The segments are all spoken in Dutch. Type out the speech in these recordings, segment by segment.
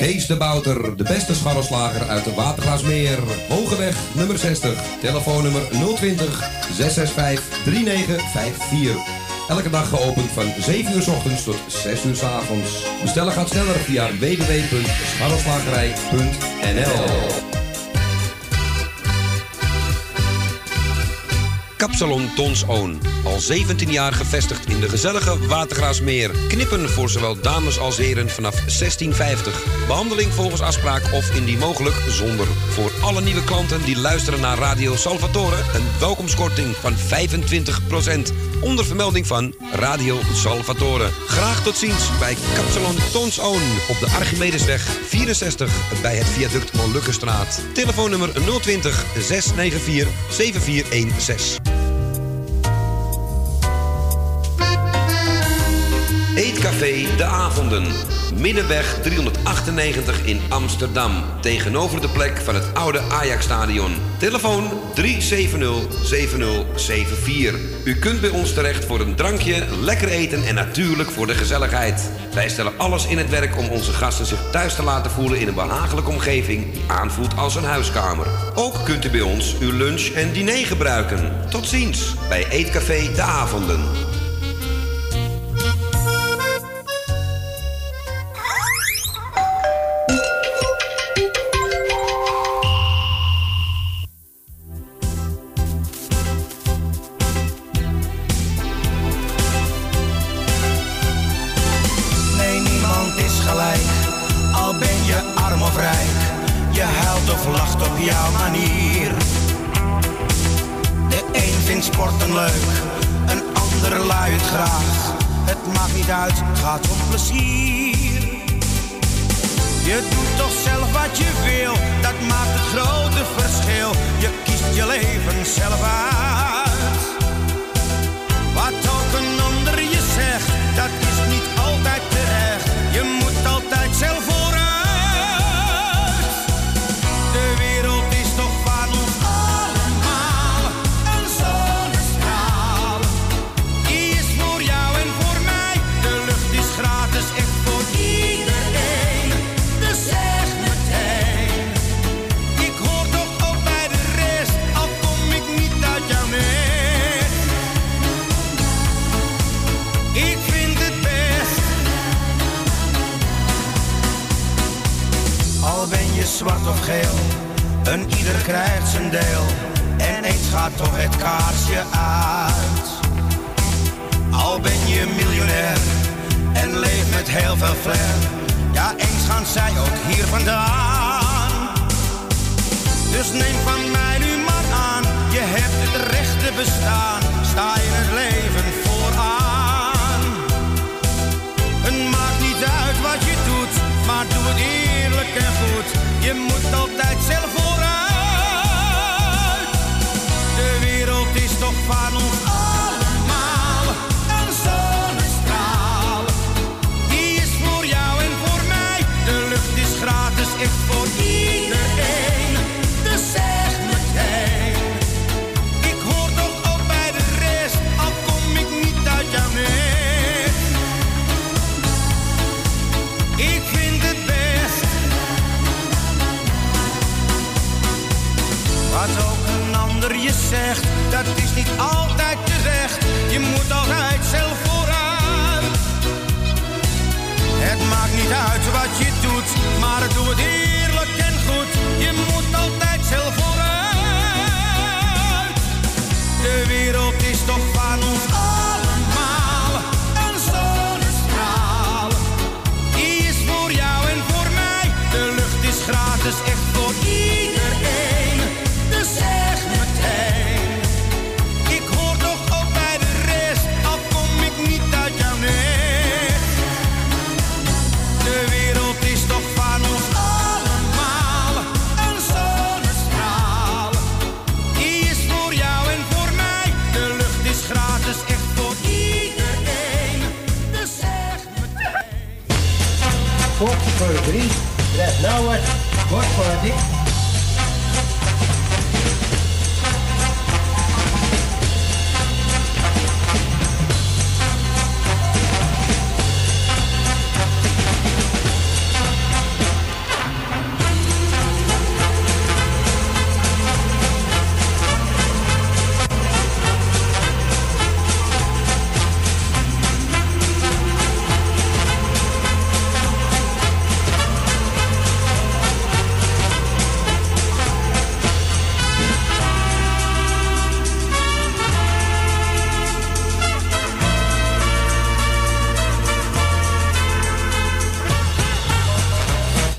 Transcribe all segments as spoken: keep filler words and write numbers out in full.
Kees de Bouter, de beste scharrelslager uit de Watergraafsmeer. Hogeweg nummer zestig, telefoonnummer nul twintig, zes zes vijf, drie negen vijf vier. Elke dag geopend van zeven uur 's ochtends tot zes uur 's avonds. Bestellen gaat sneller via w w w punt scharrelslagerij punt n l. Kapsalon Tons Own. Al zeventien jaar gevestigd in de gezellige Watergraafsmeer. Knippen voor zowel dames als heren vanaf zestien vijftig. Behandeling volgens afspraak of indien mogelijk zonder. Voor alle nieuwe klanten die luisteren naar Radio Salvatore een welkomstkorting van vijfentwintig procent. Onder vermelding van Radio Salvatore. Graag tot ziens bij Kapsalon Tons Own op de Archimedesweg vierenzestig bij het viaduct Molukkenstraat. Telefoonnummer nul twintig, zes negen vier, zeven vier een zes. Eetcafé De Avonden. Middenweg driehonderdachtennegentig in Amsterdam. Tegenover de plek van het oude Ajax-stadion. Telefoon drie zeven nul, zeven nul zeven vier. U kunt bij ons terecht voor een drankje, lekker eten en natuurlijk voor de gezelligheid. Wij stellen alles in het werk om onze gasten zich thuis te laten voelen in een behagelijke omgeving die aanvoelt als een huiskamer. Ook kunt u bij ons uw lunch en diner gebruiken. Tot ziens bij Eetcafé De Avonden.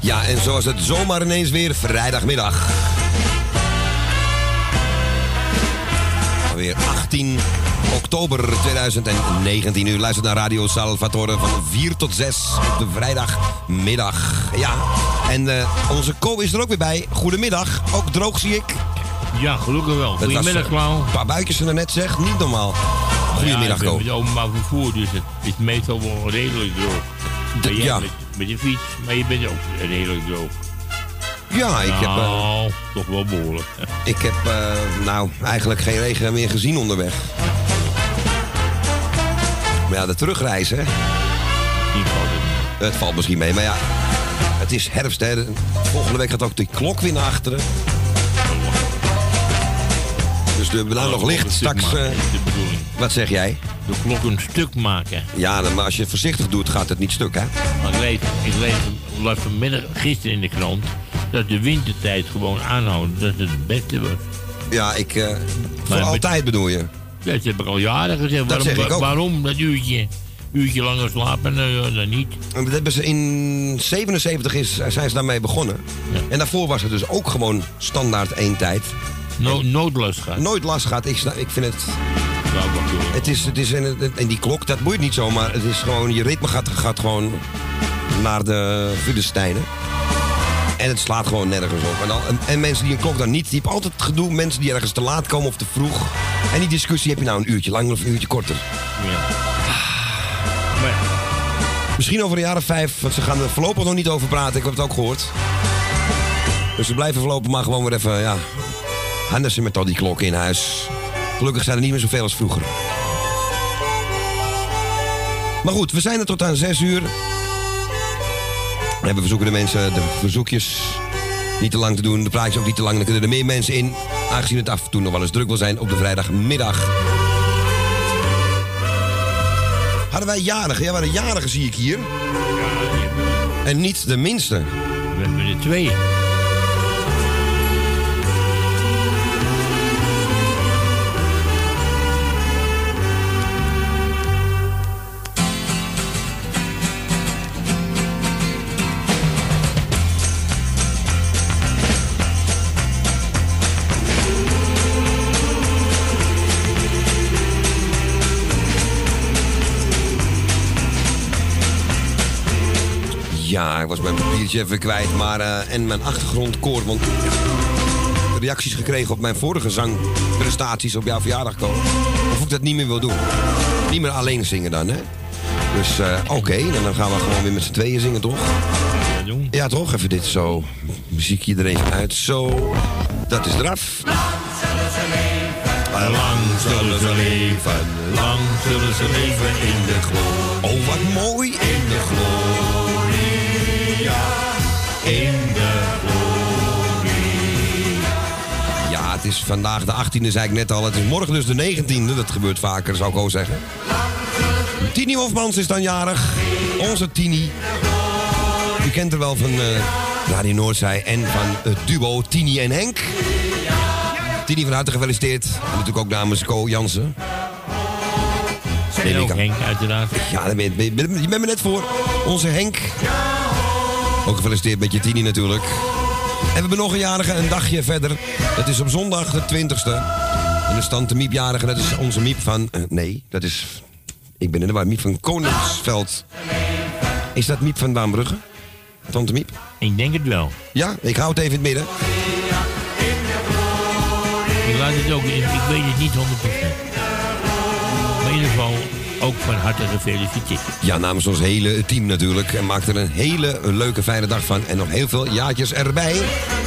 Ja, en zoals het zomaar ineens weer vrijdagmiddag. Alweer achttien oktober tweeduizend negentien. U luistert naar Radio Salvatore van vier tot zes op de vrijdagmiddag. Ja, en uh, onze Co is er ook weer bij. Goedemiddag, ook droog zie ik. Ja, gelukkig wel. Goedemiddag, Klauw. Een paar buikjes er net, zeg. Niet normaal. Goedemiddag, ja, Co. Ik ben met openbaar vervoer, dus het is meestal wel redelijk droog. De, jij ja. met, met je fiets, maar je bent ook redelijk droog. Ja, ik heb... Nou, Uh, toch wel behoorlijk. ik heb, uh, nou, eigenlijk geen regen meer gezien onderweg. Maar ja, de terugreis, hè. Niet valt het. Het valt misschien mee, maar ja. Het is herfst, hè. Volgende week gaat ook de klok weer naar achteren. Dus de nou nog licht straks. Uh, de bedoeling. Wat zeg jij? De klok een stuk maken. Ja, maar als je het voorzichtig doet, gaat het niet stuk, hè? Maar ik lees, ik lees, las vanmiddag, gisteren in de krant, dat de wintertijd gewoon aanhoudt. Dat het het beste was. Ja, ik... Uh, voor met, altijd bedoel je? Dat heb ik al jaren gezegd. Dat waarom, zeg ik ook. Waarom dat uurtje? Uurtje langer slapen, nou, dan niet. En dat hebben ze in zevenenzeventig is, zijn ze daarmee begonnen. Ja. En daarvoor was het dus ook gewoon standaard één tijd. No, nooit last gaat. Nooit last gaat. Ik, ik vind het... Het is, het is en, en die klok, dat boeit niet zo, maar het is gewoon, je ritme gaat, gaat gewoon naar de Filistijnen. En het slaat gewoon nergens op. En, al, en, en mensen die een klok dan niet, die hebben altijd het gedoe, mensen die ergens te laat komen of te vroeg. En die discussie heb je nou een uurtje langer of een uurtje korter. Ja. Maar ja. Misschien over een jaar of vijf, want ze gaan er voorlopig nog niet over praten, ik heb het ook gehoord. Dus we blijven voorlopig maar gewoon weer even, ja, handissen met al die klokken in huis. Gelukkig zijn er niet meer zoveel als vroeger. Maar goed, we zijn er tot aan zes uur. En we verzoeken de mensen de verzoekjes niet te lang te doen. De praatjes ook niet te lang, dan kunnen er meer mensen in. Aangezien het af en toe nog wel eens druk wil zijn op de vrijdagmiddag. Hadden wij jarigen? Ja, waren jarigen zie ik hier. En niet de minste. We hebben er twee. Ja, ik was mijn papiertje even kwijt, maar uh, en mijn achtergrondkoor, want ik heb reacties gekregen op mijn vorige zangprestaties op jouw verjaardag komen. Of ik dat niet meer wil doen. Niet meer alleen zingen dan, hè. Dus uh, oké, okay, dan gaan we gewoon weer met z'n tweeën zingen, toch? Ja, toch? Even dit zo. Muziekje er even uit. Zo. Dat is eraf. Lang zullen ze leven. Lang zullen ze leven. Lang zullen ze leven in de glorie. Oh, wat mooi. In de glorie. In de glorie. Ja, het is vandaag de achttiende, zei ik net al. Het is morgen dus de negentiende. Dat gebeurt vaker, zou ik ook zeggen. Tini Hofmans is dan jarig. Onze Tini. U kent er wel van uh, Radio Noordzij en van het duo Tini en Henk. Tini, van harte gefeliciteerd. En natuurlijk ook namens Co Jansen. En ook Henk, uiteraard. Ja, daar ben je, je bent me net voor. Onze Henk. Ook gefeliciteerd met je Tini natuurlijk. En we hebben nog een jarige, een dagje verder. Dat is op zondag de twintigste. En de stand de Miepjarige, dat is onze Miep van... Uh, nee, dat is... Ik ben in de war. Miep van Koningsveld. Is dat Miep van Baanbrugge? Tante Miep? Ik denk het wel. Ja, ik hou het even in het midden. Ik laat het ook in. Ik weet het niet honderd procent. Maar in ieder geval ook van harte gefeliciteerd. Ja, namens ons hele team natuurlijk. En maakt er een hele leuke, fijne dag van. En nog heel veel jaartjes erbij.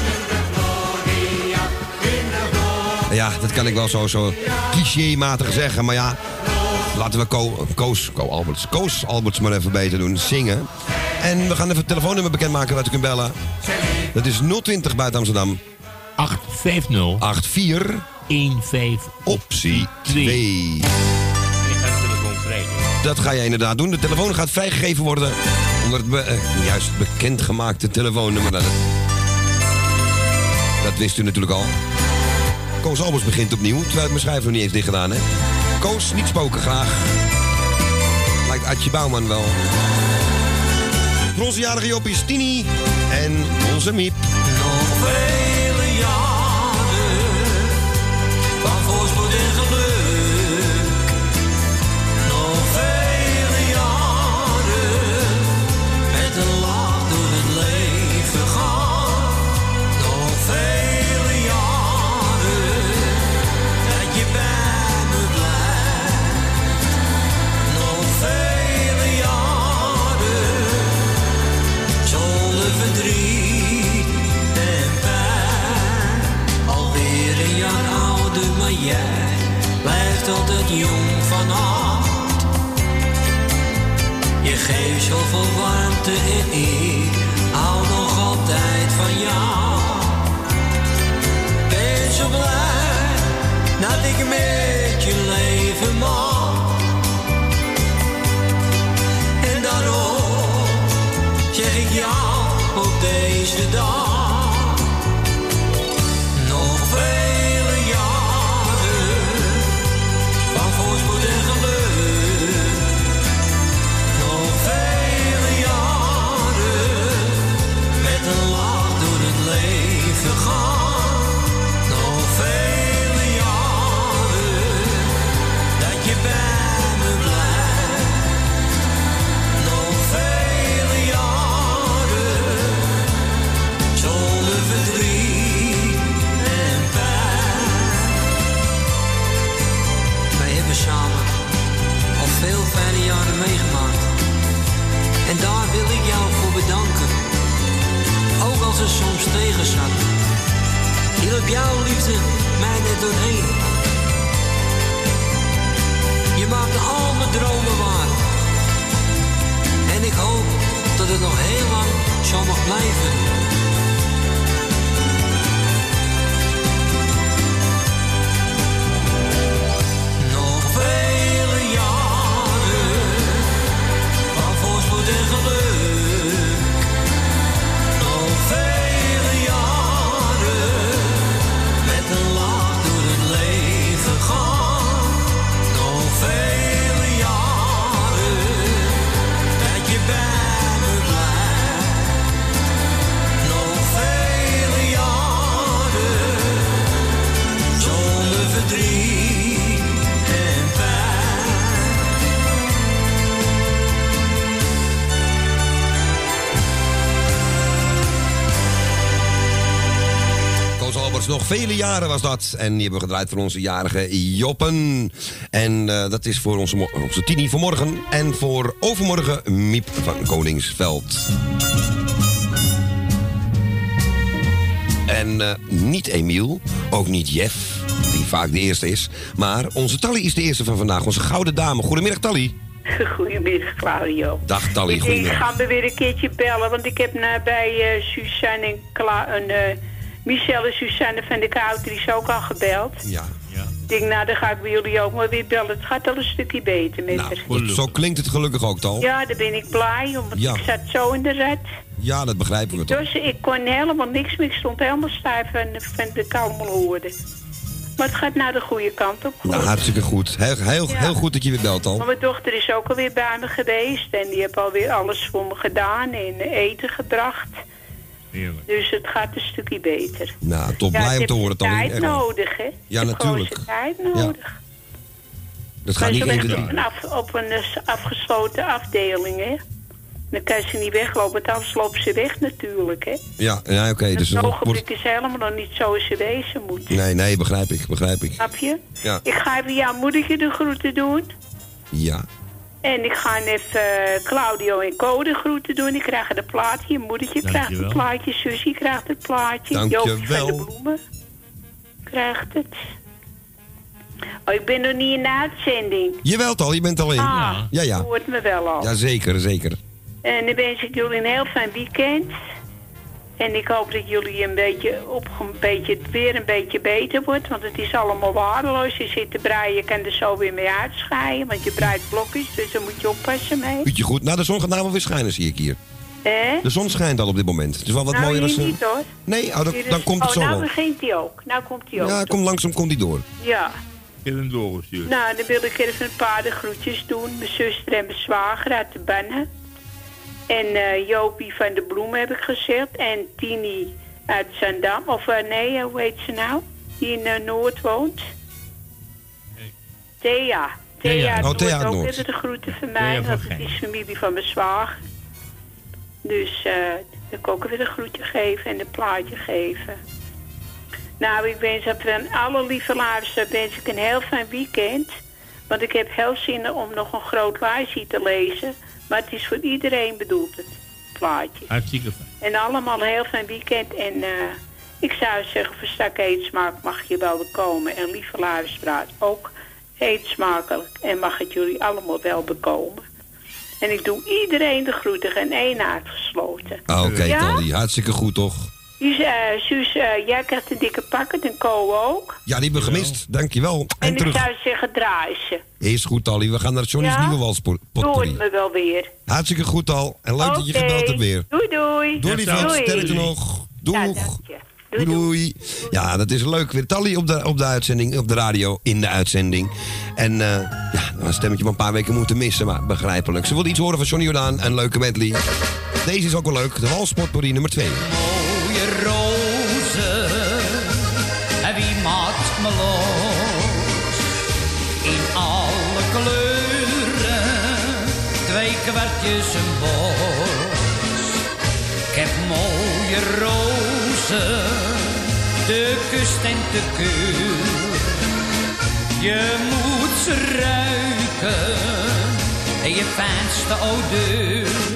Ja, dat kan ik wel zo, zo clichématig zeggen. Maar ja, laten we Co, Koos, Co Alberts, Koos Alberts maar even beter doen. Zingen. En we gaan even het telefoonnummer bekendmaken waar u kunt bellen. Dat is nul twintig buiten Amsterdam. acht vijf nul acht vier een vijf optie twee. Ik ga de telefoon krijgen. Dat ga jij inderdaad doen. De telefoon gaat vrijgegeven worden onder het be, eh, juist bekendgemaakte telefoonnummer. Dat, dat wist u natuurlijk al. Koos Alberts begint opnieuw, terwijl ik mijn schrijver nog niet eens dicht gedaan, hè. Koos, niet spoken graag. Lijkt Adje Bouwman wel. Voor onze jarige Joppie is Tini En onze Miep. Nog vele jaren van voorspoed en geluk. Nog vele jaren met een lach door het leven gaan. Nog vele jaren dat je bij me blijft. Nog vele jaren zonder verdriet en pijn. Alweer een jaar ouder, maar jij blijft altijd jong van hart. Je geeft zoveel warmte en ik hou nog altijd van jou. Ben zo blij dat ik met je leven mag. En daarom zeg ik jou op deze dag. Nog vele jaren van voorspoed en geluk. Nog vele jaren met een lach door het leven gaan. Nog vele jaren dat je bij me blijft. Nog vele jaren zonder verdriet en pijn. Wij hebben samen al veel fijne jaren meegemaakt. En daar wil ik jou voor bedanken. Ook als het soms tegen zat. Hielp jouw liefde mij net doorheen. Je maakte al mijn dromen waar. En ik hoop dat het nog heel lang zo mag blijven. Nog vele jaren van voorspoed en geluk. Nog vele jaren met een lach door het leven gaan. Nog vele jaren dat je bij me blijft. Nog vele jaren zonder verdriet en pijn. Koos Alberts, nog vele jaren was dat. En die hebben we gedraaid voor onze jarige Joppen. En eh, dat is voor onze, mo- onze Tini vanmorgen. En voor overmorgen Miep van Koningsveld. En eh, niet Emiel, ook niet Jeff, die vaak de eerste is. Maar onze Tally is de eerste van vandaag, onze gouden dame. Goedemiddag, Tally. Goedemiddag, Claudio. Dag, Tally, Ik denk, ik goedemiddag. ga me weer een keertje bellen, want ik heb nou bij uh, Suzanne en Cla en, uh, Michelle en Suzanne van de Kouter ook al gebeld. Ja. Ik denk, nou, dan ga ik bij jullie ook maar weer bellen. Het gaat al een stukje beter met haar. Nou, zo klinkt het gelukkig ook, Tal. Ja, daar ben ik blij om, want Ja. ik zat zo in de red. Ja, dat begrijpen we toch. Dus ik kon helemaal niks meer. Ik stond helemaal stijf van, van de kalmel hoorde. Maar het gaat naar de goede kant op. Nou, hartstikke goed. Heel, heel, Ja. heel goed dat je weer belt, Tal. Maar mijn dochter is ook alweer bij me geweest. En die heeft alweer alles voor me gedaan en eten gebracht. Heerlijk. Dus het gaat een stukje beter. Nou, toch Ja, blij om het te heeft horen, zijn Tally. tijd Echt waar. nodig, hè? Ja, Het heeft gewoon natuurlijk. zijn tijd nodig. Dat gaat Maar niet ze één, ligt twee, op een, af, op een eh, afgesloten afdeling, hè? Dan kan ze niet weglopen, want anders loopt ze weg natuurlijk, hè? Ja, ja oké. Okay, dus het dan ogenblik wordt... is helemaal nog niet zoals ze wezen moet. Nee, nee, begrijp ik, begrijp ik. Snap je? Ja. Ik ga even jouw moedertje de groeten doen. Ja. En ik ga even uh, Claudio en Co de groeten doen. Die krijgen de plaatje. Je moedertje Dankjewel. krijgt het plaatje. Susie krijgt het plaatje. Dankjewel. Joopje van de Bloemen krijgt het. Oh, ik ben nog niet in de uitzending. Jawel, Tal, je bent al in. Ah, Ja, ja. hoort me wel al. Ja, zeker, zeker. En dan wens ik jullie een heel fijn weekend. En ik hoop dat jullie een beetje op een beetje, het weer een beetje beter wordt. Want het is allemaal waardeloos. Je zit te breien, je kan er zo weer mee uitschaaien. Want je breidt blokjes, dus daar moet je oppassen mee. Uurtje goed. Nou, de zon gaat nou wel weer schijnen, zie ik hier. Eh? De zon schijnt al op dit moment. Het is wel wat nou, mooier hier als... niet hoor. Nee, oh, dan, Hier is- dan komt het oh, zo nou wel. begint hij ook. Nou komt hij ook. Ja, kom langzaam komt die door. Ja. Ik heb hem doorgestuurd. Nou, dan wil ik even een paar de groetjes doen. Mijn zuster en mijn zwager uit de Bannen. En ik wens ik jullie een heel fijn weekend. En ik hoop dat jullie een beetje op een beetje het weer een beetje beter wordt. Want het is allemaal waardeloos. Je zit te breien, je kan er zo weer mee uitschaaien. Want je breidt blokjes, dus dan moet je oppassen mee. Uurtje goed. Nou, de zon gaat nou wel weer schijnen, zie ik hier. Ja. Hier is- oh, nou begint hij ook. Nou, dan wil ik even een paar de groetjes doen. Mijn zuster en mijn zwager uit de Bannen. En uh, Jopie van de Bloem heb ik gezegd. En Tini uit Zandam. Of uh, nee, hoe heet ze nou? Die in uh, Noord woont. Nee. Thea. Thea uit Oh, Thea uit Noord. Ook Noord. even de groeten van mij. Thea van Want het Genk. is familie van mijn zwager. Dus uh, dan kan ik ook weer een groetje geven en een plaatje geven. Nou, ik wens dat van alle lieve luisteraars wens ik een heel fijn weekend. Want ik heb heel zin om nog een groot lijstje te lezen. Maar het is voor iedereen bedoeld, het plaatje. Hartstikke fijn. En allemaal een heel fijn weekend. En uh, ik zou zeggen, voor stak eetsmaak mag je wel bekomen. En lieve luisteraars ook eet smakelijk. En mag het jullie allemaal wel bekomen. En ik doe iedereen de groeten, geen één uitgesloten. Ah, Oké, okay, Ja? Tally. Hartstikke goed, toch? Dus, uh, Suus, uh, jij krijgt een dikke pakket en Co ook. Ja, die hebben we gemist. Dankjewel. En, En, terug. ik zou zeggen, draai ze. Is goed, Tally. We gaan naar Johnny's Ja? nieuwe walspotpourri. Doe het me wel weer. Hartstikke goed al. En leuk dat je Oké. gebeld hebt weer. Doei, doei. Doei, lieverd. Doei. Sterkte nog. Doeg. Ja, dank je. Doei, Doei, doei. Ja, dat is leuk. Weer Tally op de, op de uitzending, op de radio, in de uitzending. En uh, ja, een stemmetje van een paar weken moeten missen, maar begrijpelijk. Ze wilde iets horen van Johnny Jordaan, een leuke medley. Deze is ook wel leuk, de walspotpourri nummer twee. Mooie rozen, en wie maakt me los? In alle kleuren, twee kwartjes een bos. Ik heb mooie rozen, de kust en de keur. Je moet ze ruiken, en je fijnste odeur.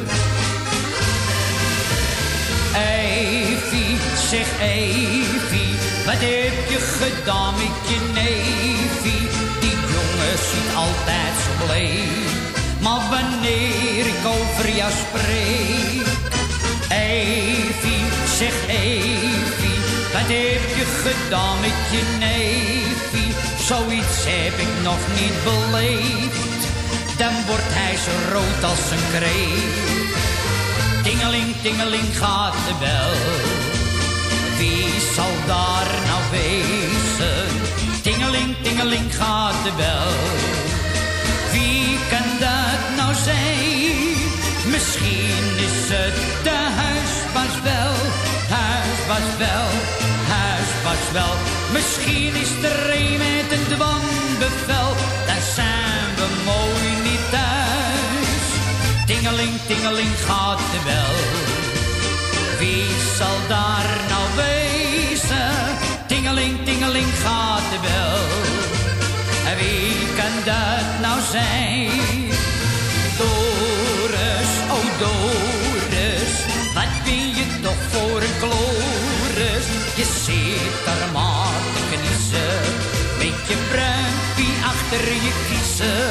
Evie, zeg Evie, wat heb je gedaan met je neefie? Die jongen ziet altijd zo bleek, maar wanneer ik over jou spreek. Evie, zeg Evie, wat heb je gedaan met je neefie? Zoiets heb ik nog niet beleefd, dan wordt hij zo rood als een kreeft. Tingeling, tingeling gaat de bel. Wie zal daar nou wezen? Tingeling, tingeling gaat de bel. Wie kan dat nou zijn? Misschien is het de huisbaas wel. Huisbaas wel, huisbaas wel. Misschien is er een met een dwangbevel. Dan zijn we mooi niet thuis. Tingeling, tingeling gaat de bel. Wie zal daar nou wezen? Tingeling, tingeling gaat de bel. En wie kan dat nou zijn? Doris, oh Doris, wat ben je toch voor een kloris? Je zit daar maar te kniezen, met je bruimpie achter je kiezen.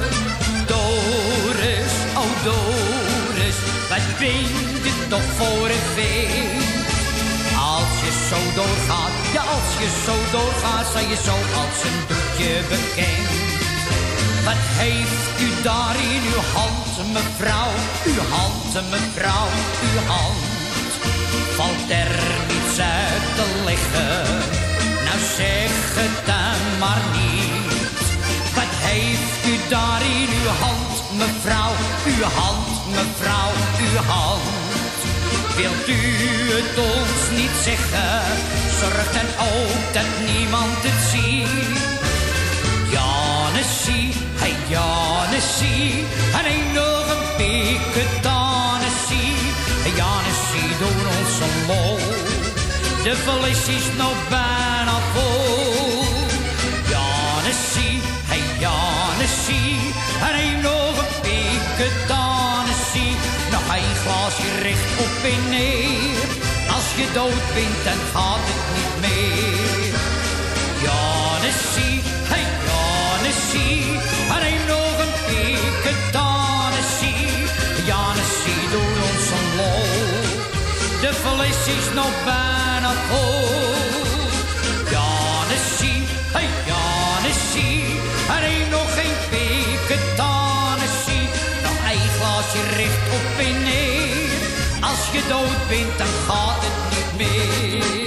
Doris, oh Doris, wat ben je toch voor een veen? Als je zo doorgaat, ja als je zo doorgaat, sta je zo als een doekje bekend. Wat heeft u daar in uw hand, mevrouw? Uw hand, mevrouw, uw hand. Valt er niets uit te leggen? Nou zeg het dan maar niet. Wat heeft u daar in uw hand, mevrouw? Uw hand, mevrouw, uw hand. Wilt u het ons niet zeggen? Zorg dan ook dat niemand het ziet. Janessie, hey Janessie, en een nog een piketanessie. Janessie, doen ons een lol, de vlees is nog bijna vol. Janessie, hey Janessie, en een nog een piketanessie. Nog een glaasje recht op en neer, als je dood bent dan gaat het niet meer. Janessie, hey Janessie, en een nog een piketanessie. Janessie, doe ons een lol, de vlees is nog bijna vol. Janessie, hey Janessie, en een nog een piketanessie. Nog een glaasje recht op en neer, als je dood bent dan gaat het niet meer.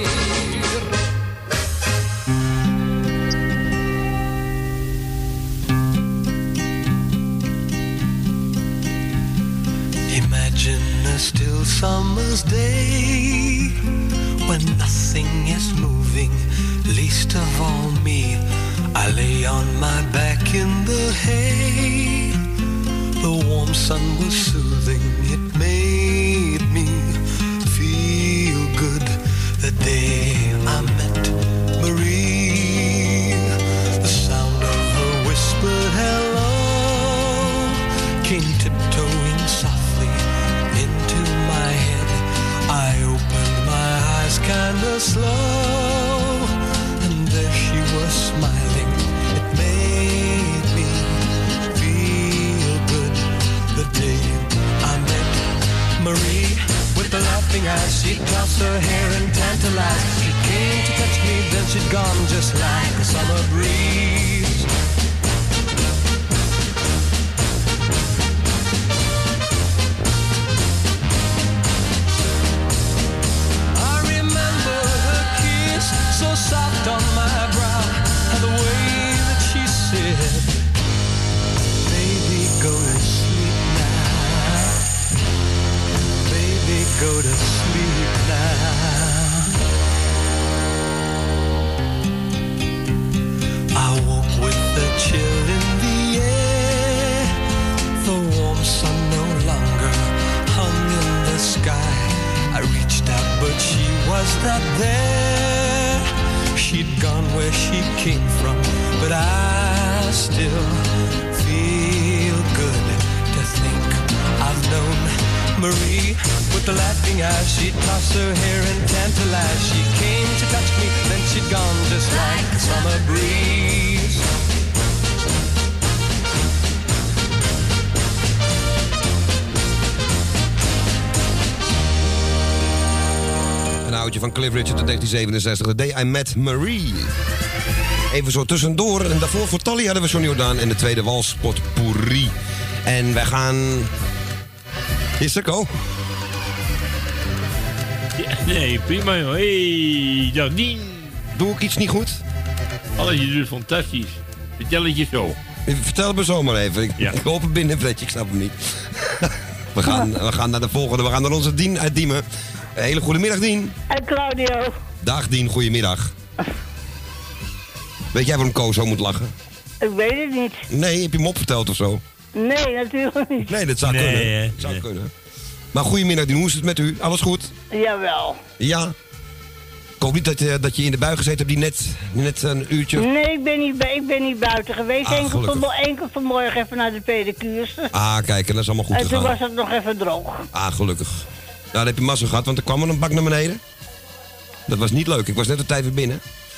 Imagine a still summer's day when nothing is moving, least of all me. I lay on my back in the hay. The warm sun was soothing, it made me feel good. The day I met Marie, the sound of her whispered hello came tiptoeing softly into my head. I opened my eyes kinda slow, and there she was smiling. It made me feel good. The day I met Marie, with the laughing eyes, she'd toss her hair and tantalize. She came to touch me, then she'd gone just like a summer breeze. I remember her kiss, so soft on my brow, and the way that she said, baby, go to sleep now. Baby, go to sleep now. I woke with the chill in the air. The warm sun no longer hung in the sky. I reached out, but she was not there. She'd gone where she came from, but I still feel good to think I've known Marie. With the laughing eyes, she'd toss her hair and tantalize. She came to touch me, then she'd gone just like a summer breeze. Een oudje van Cliff Richard uit negentien zevenenzestig. The Day I Met Marie. Even zo tussendoor. En daarvoor voor Tally hadden we Johnny Jordaan en de tweede wals Potpourri. En wij gaan... Is er, Ko? Ja, nee, prima joh. Hey, Jardien. Doe ik iets niet goed? Alles je doet fantastisch. Vertel het je zo. Vertel het me zo maar even. Ik, Ja. ik hoop het binnen, Fredje. Ik snap hem niet. we, gaan, we gaan naar de volgende. We gaan naar onze Dien uit Diemen. Een hele goede middag, Dien. En Claudio. Dag, Dien. Goedemiddag. Weet jij waarom Ko zo moet lachen? Ik weet het niet. Nee, heb je hem opverteld of zo? Nee, natuurlijk niet. Nee, dat zou Nee, kunnen. hè? Dat zou Nee. kunnen. Maar goedemiddag, Dien. Hoe is het met u? Alles goed? Jawel. Ja. Ik hoop niet dat, je- dat je in de bui gezeten hebt die net, net een uurtje... Nee, ik ben niet, bu- ik ben niet buiten geweest. Ah, enkel, gelukkig. van, enkel vanmorgen even naar de pedicure. Ah, kijk, en dat is allemaal goed En toen gegaan. was het nog even droog. Ah, gelukkig. Nou, dan heb je massa gehad, want er kwam er een bak naar beneden. Dat was niet leuk. Ik was net op tijd weer binnen.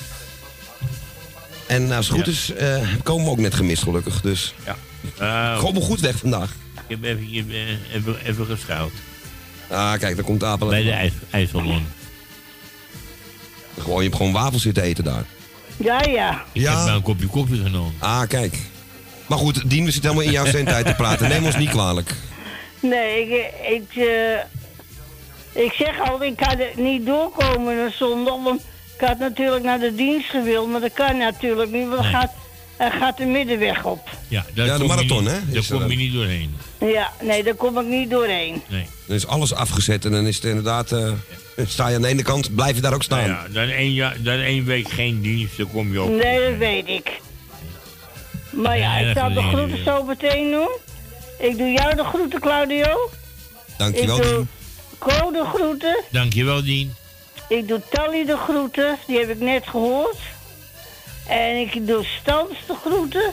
En als het goed Ja. is, eh komen we ook net gemist, gelukkig. Dus Ja. Uh, gewoon goed weg vandaag. ik heb even, ik heb, eh, even, even geschuild. Ah, kijk, daar komt de apel. Bij de ijs, IJsselman. Gewoon, je hebt gewoon wafels zitten eten daar. Ja, ja. Ik heb maar Ja. een kopje koffie genomen. Ah, kijk. Maar goed, Dien, we zitten helemaal in jouw zendtijd te praten. Neem ons niet kwalijk. Nee, ik, ik, eh, ik zeg altijd, ik kan er niet doorkomen een zondag, want ik had natuurlijk naar de dienst gewild, maar dat kan natuurlijk niet, want dan Nee. gaat, er gaat de middenweg op. Ja, daar Ja, de kom je marathon, niet- hè, Daar is er kom je dan. niet doorheen. Ja, nee, daar kom ik niet doorheen. Nee. Dan is alles afgezet en dan is het inderdaad... eh, sta je aan de ene kant, blijf je daar ook staan. Nou ja, dan één, jaar, dan één week geen dienst, dan kom je op. Nee, dat weet ik. Maar ja, Ja, ik zal de erge groeten dingen. zo meteen doen. Ik doe jou de groeten, Claudio. Dankjewel, Ik doe Dien. Ko de groeten. Dankjewel, Dien. Ik doe Tally de groeten, die heb ik net gehoord. En ik doe Stans de groeten.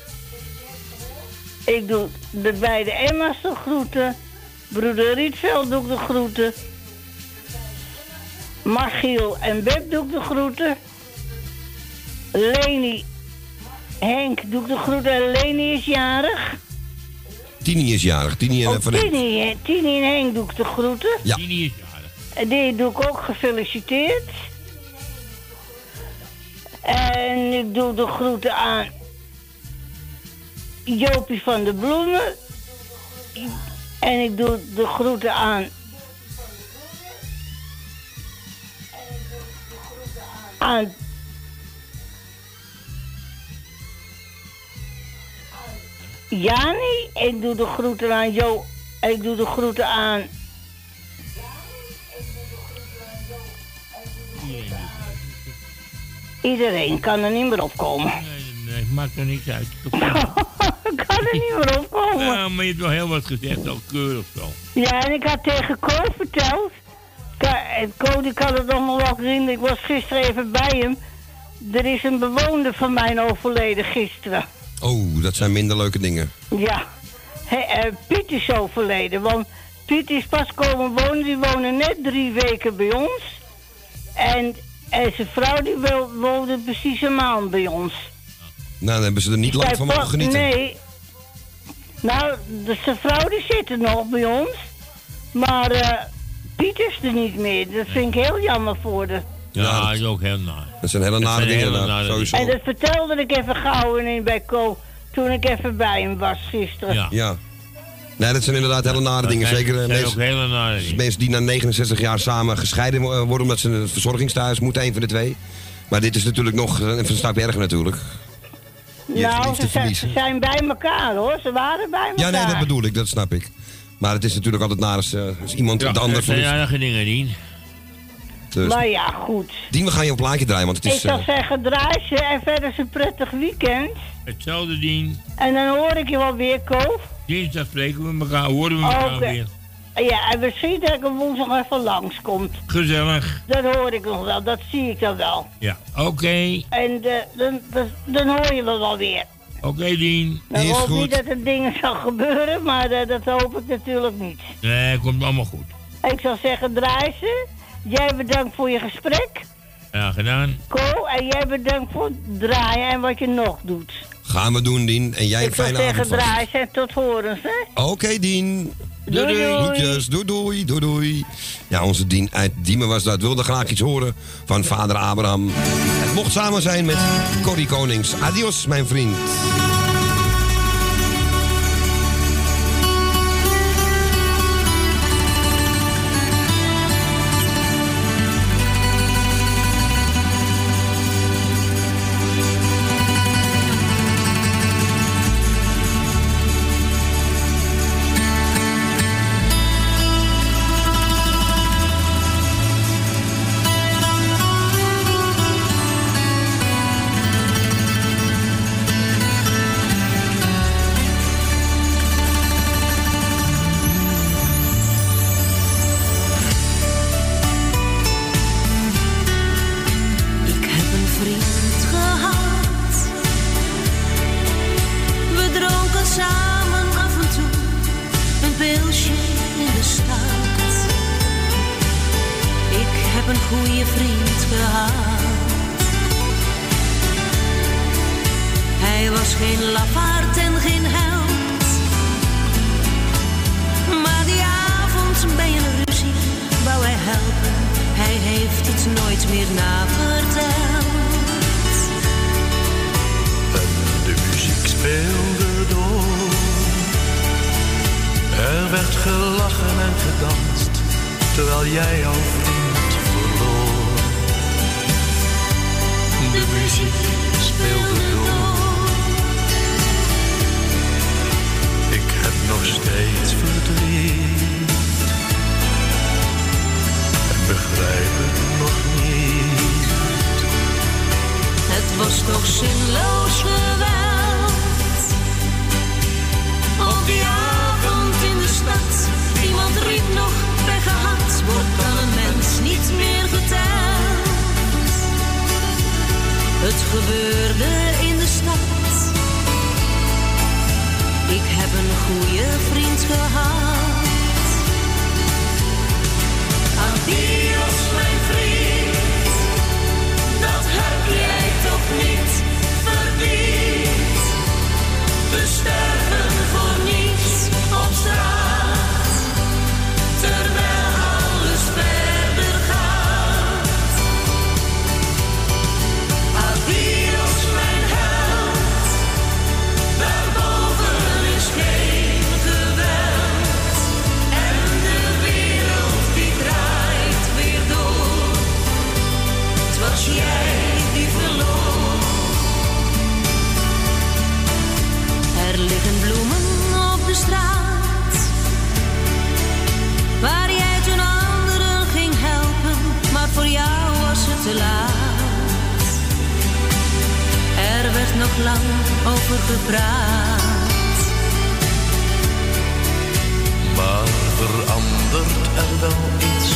Ik doe de beide Emma's de groeten. Broeder Rietveld doe ik de groeten. Margiel en Beb doe ik de groeten. Leni, Henk doe ik de groeten. En Leni is jarig. Tini is jarig. Tini en Oh, uh, Van Henk. Tini, hè. Tini en Henk doe ik de groeten. Ja. Dien is jarig. En die doe ik ook gefeliciteerd. En ik doe de groeten aan Jopie van de Bloemen. En ik doe de groeten aan aan Jani. En ik doe de groeten aan Jo Ik doe de groeten aan. Iedereen kan er niet meer opkomen. Nee, nee, maakt er niks uit. Ik kan er niet meer opkomen. Ja, maar je hebt wel heel wat gezegd, al keurig zo. Ja, en ik had tegen Ko verteld. Ko, die kan het nog wel herinneren. Ik was gisteren even bij hem. Er is een bewoner van mij overleden gisteren. Oh, dat zijn minder leuke dingen. Ja. He, uh, Piet is overleden. Want Piet is pas komen wonen. Die woonde net drie weken bij ons. En, en zijn vrouw die woonde precies een maand bij ons. Nou, dan hebben ze er niet lang van mogen genieten. Nee. Nou, de, zijn vrouw die zit er nog bij ons. Maar uh, Piet is er niet meer. Dat vind ik heel jammer voor de. Ja, ja, dat is ook heel naar. Dat zijn hele nare dingen, hele nare sowieso. En dat vertelde ik even gauw in bij Ko toen ik even bij hem was gisteren. Ja. ja. Nee, dat zijn inderdaad hele nare dingen. Zijn, Zeker zijn mensen, ook hele nare dingen. mensen die na negenenzestig jaar samen gescheiden worden omdat ze een verzorgingstehuis moeten, een van de twee. Maar dit is natuurlijk nog een stapje erger natuurlijk. Nou, ze zijn, ze zijn bij elkaar hoor. Ze waren bij elkaar. Ja, nee, dat bedoel ik. Dat snap ik. Maar het is natuurlijk altijd naar als, uh, als iemand ja, de ander verliest. Ja, dat zijn dingen, Dien. Dus. Maar ja, goed. Dien, we gaan je een plaatje draaien, want het is... Ik zou uh... zeggen, draai ze en verder een prettig weekend. Hetzelfde, Dien. En dan hoor ik je wel weer, Ko. Dinsdag spreken we elkaar, horen we elkaar okay. weer. Ja, en misschien dat ik er woensdag even langskomt. Gezellig. Dat hoor ik nog wel, dat zie ik dan wel. Ja, oké. Okay. En uh, dan, dan, dan hoor je me wel weer. Oké, okay, Dien. Dan hoop ik niet dat er dingen zal gebeuren, maar uh, dat hoop ik natuurlijk niet. Nee, komt allemaal goed. Ik zou zeggen, draai ze. Jij bedankt voor je gesprek. Ja, gedaan. Ko, en jij bedankt voor het draaien en wat je nog doet. Gaan we doen, Dien. En jij een fijne avond. Ik zou zeggen, draai ze en tot horens, hè. Oké, okay, Dien. Doei, doei. Groetjes, doei, doei, doei, doei. Ja, onze Dien uit Diemen was dat. Wilde graag iets horen van vader Abraham. Het mocht samen zijn met Corrie Konings. Adios, mijn vriend. nog lang over gepraat. Maar verandert er wel iets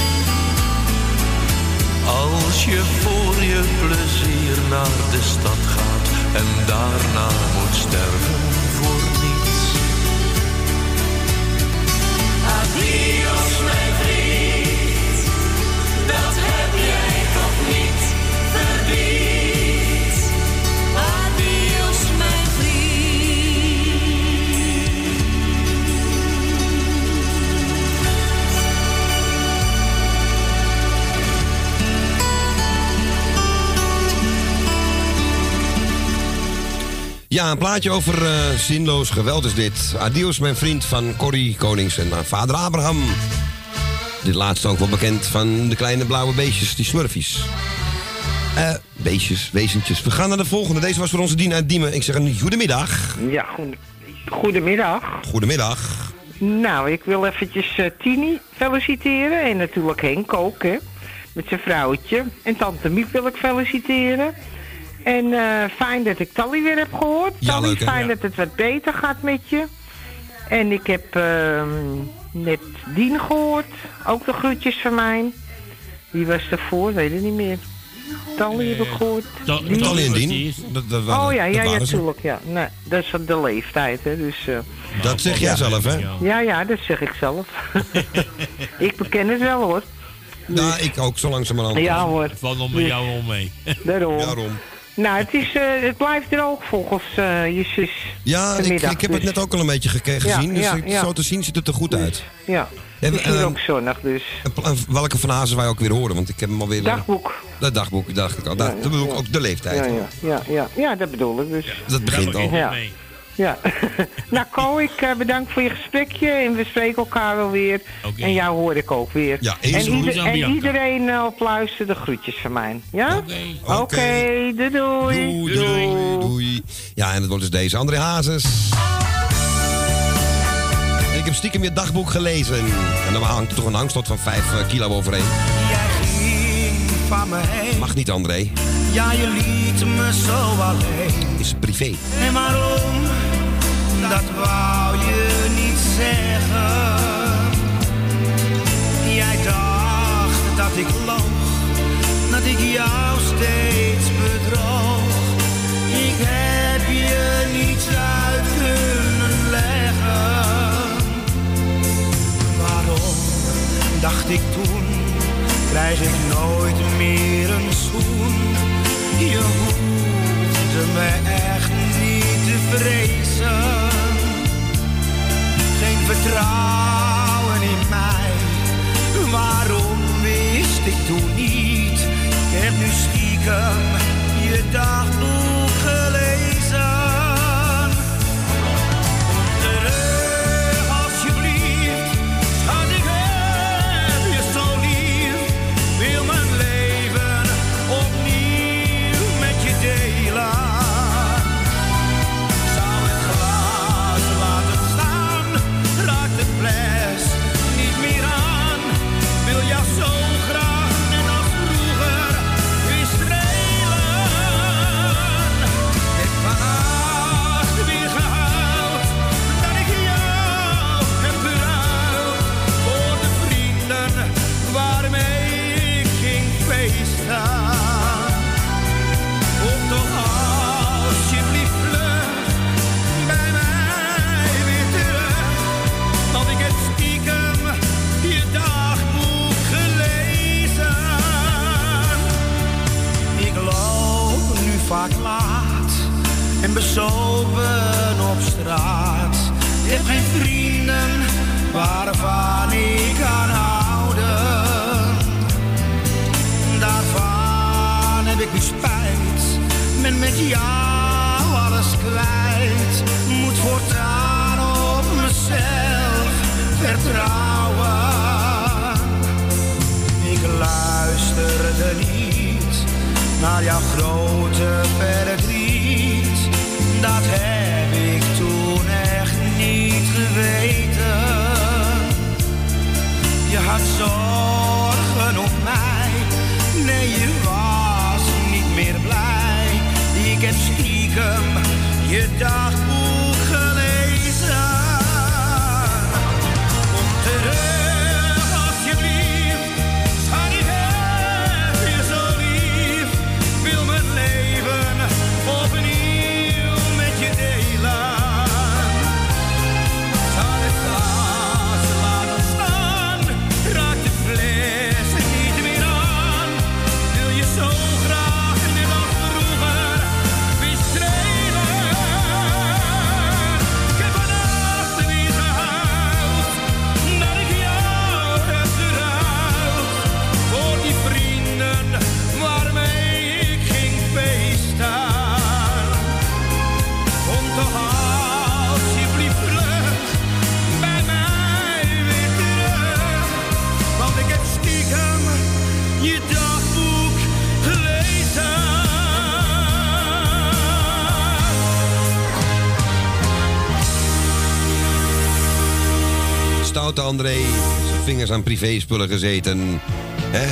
als je voor je plezier naar de stad gaat en daarna moet sterven voor niets. Adios mijn vriend, dat heb jij toch niet verdiend. Adios mijn vriend. Ja, een plaatje over uh, zinloos geweld is dit. Adios, mijn vriend, van Corrie Konings en uh, vader Abraham. Dit laatste ook wel bekend van de kleine blauwe beestjes, die smurfies. Eh, beestjes, wezentjes. We gaan naar de volgende. Deze was voor onze Dien uit Diemen. Ik zeg een goedemiddag. Ja, goed, goedemiddag. Goedemiddag. Nou, ik wil eventjes uh, Tini feliciteren. En natuurlijk Henk ook, hè. Met zijn vrouwtje. En tante Miep wil ik feliciteren. En uh, fijn dat ik Tally weer heb gehoord. Ja, Tally, leuk, hè? fijn Ja. dat het wat beter gaat met je. En ik heb uh, net Dien gehoord. Ook de groetjes van mij. Wie was ervoor? Weet ik niet meer. Tally heb ik gehoord. Dien. Tally en Dien. Dat, dat, Oh ja, dat ja, ja, waren ze. tuurlijk. Ja. Nee, dat is van de leeftijd, hè. Dus, uh, Dat zeg jij zelf, hè? ja, ja, dat zeg ik zelf. Ik beken het wel, hoor. Ja, ik ook, zo langzamerhand. Ja, hoor. Het valt nog met Dus- jou om mee. Daarom. Daarom. Nou, het, is, uh, het blijft droog volgens uh, je zus. Ja, ik, vanmiddag, ik heb dus. het net ook al een beetje geke- gezien. Ja, dus ja, ik- ja. zo te zien ziet het er goed uit. Ja, En, het is hier ehm, ook zonnig, dus. En pla- en welke van Hazen wij ook weer horen, want ik heb hem alweer... eh, Dagboek. Dat dagboek, dacht ik al. Dat, Ja, ja, dat bedoel ik ja. ook de leeftijd. Ja, ja, ja, ja. ja, dat bedoel ik dus. Dat begint al. Ja. Ja. Nou, Ko, ik uh, bedank voor je gesprekje en we spreken elkaar wel weer. Oké. En jou hoor ik ook weer. Ja, en, eens ieder- goed aan en Bianca. iedereen uh, op luister de groetjes van mij. Ja? Oké. Oké, Oké. doei, doei. Doei, doei, doei. Ja, en het wordt dus deze. André Hazes. En ik heb stiekem je dagboek gelezen. En dan hangt er toch een hangslot van vijf kilo overheen. Jij ging van me heen. Mag niet, André. Ja, je liet me zo alleen. Is privé. En waarom? Dat wou je niet zeggen. Jij dacht dat ik loog, dat ik jou steeds bedroog. Ik heb je niets uit kunnen leggen. Waarom, dacht ik toen, krijg ik nooit meer een zoen. Je hoefde me echt niet te vrezen. Geen vertrouwen in mij. Waarom wist ik toen niet? Ik heb nu stiekem je dagboek gelezen. Kom terug alsjeblieft, schat, ik heb je zo lief. Wil mijn leven opnieuw met je delen. Zou het glas laten staan, raakt de fles niet meer aan. Wil jou zo graag net als vroeger weer strelen. Heb vannacht weer gehuild dat ik jou heb geruild voor de vrienden waarmee ik ging feesten. Kom toch alsjeblieft vlug bij mij weer terug, want ik heb stiekem je dagboek gelezen. Ik loop nu vaak laat en bezopen op straat. Ik heb geen vrienden waarvan ik kan houden. Daarvan heb ik nu spijt, ben met jou alles kwijt. Moet voortaan op mezelf vertrouwen. Ik luisterde niet naar jouw grote verdriet. Dat heb ik toen echt niet geweten. Je had zorgen om mij, nee, je was niet meer blij. Ik heb stiekem stiekem je dagboek gelezen. Kom terug alsjeblieft, schat, ik heb je zo lief. Wil mijn leven opnieuw met je delen. Zal het glas laten staan, raak de fles niet meer aan. Wil je zo graag net als vroeger weer strelen. Ik heb vannacht weer gehuild, dat ik jou heb geruild. Voor die vrienden waarmee ik ging feesten. Kom toch alsjeblieft terug bij mij weer terug. Want ik heb stiekem je dagboek gelezen. Stoute André, zijn vingers aan privéspullen gezeten. Hè?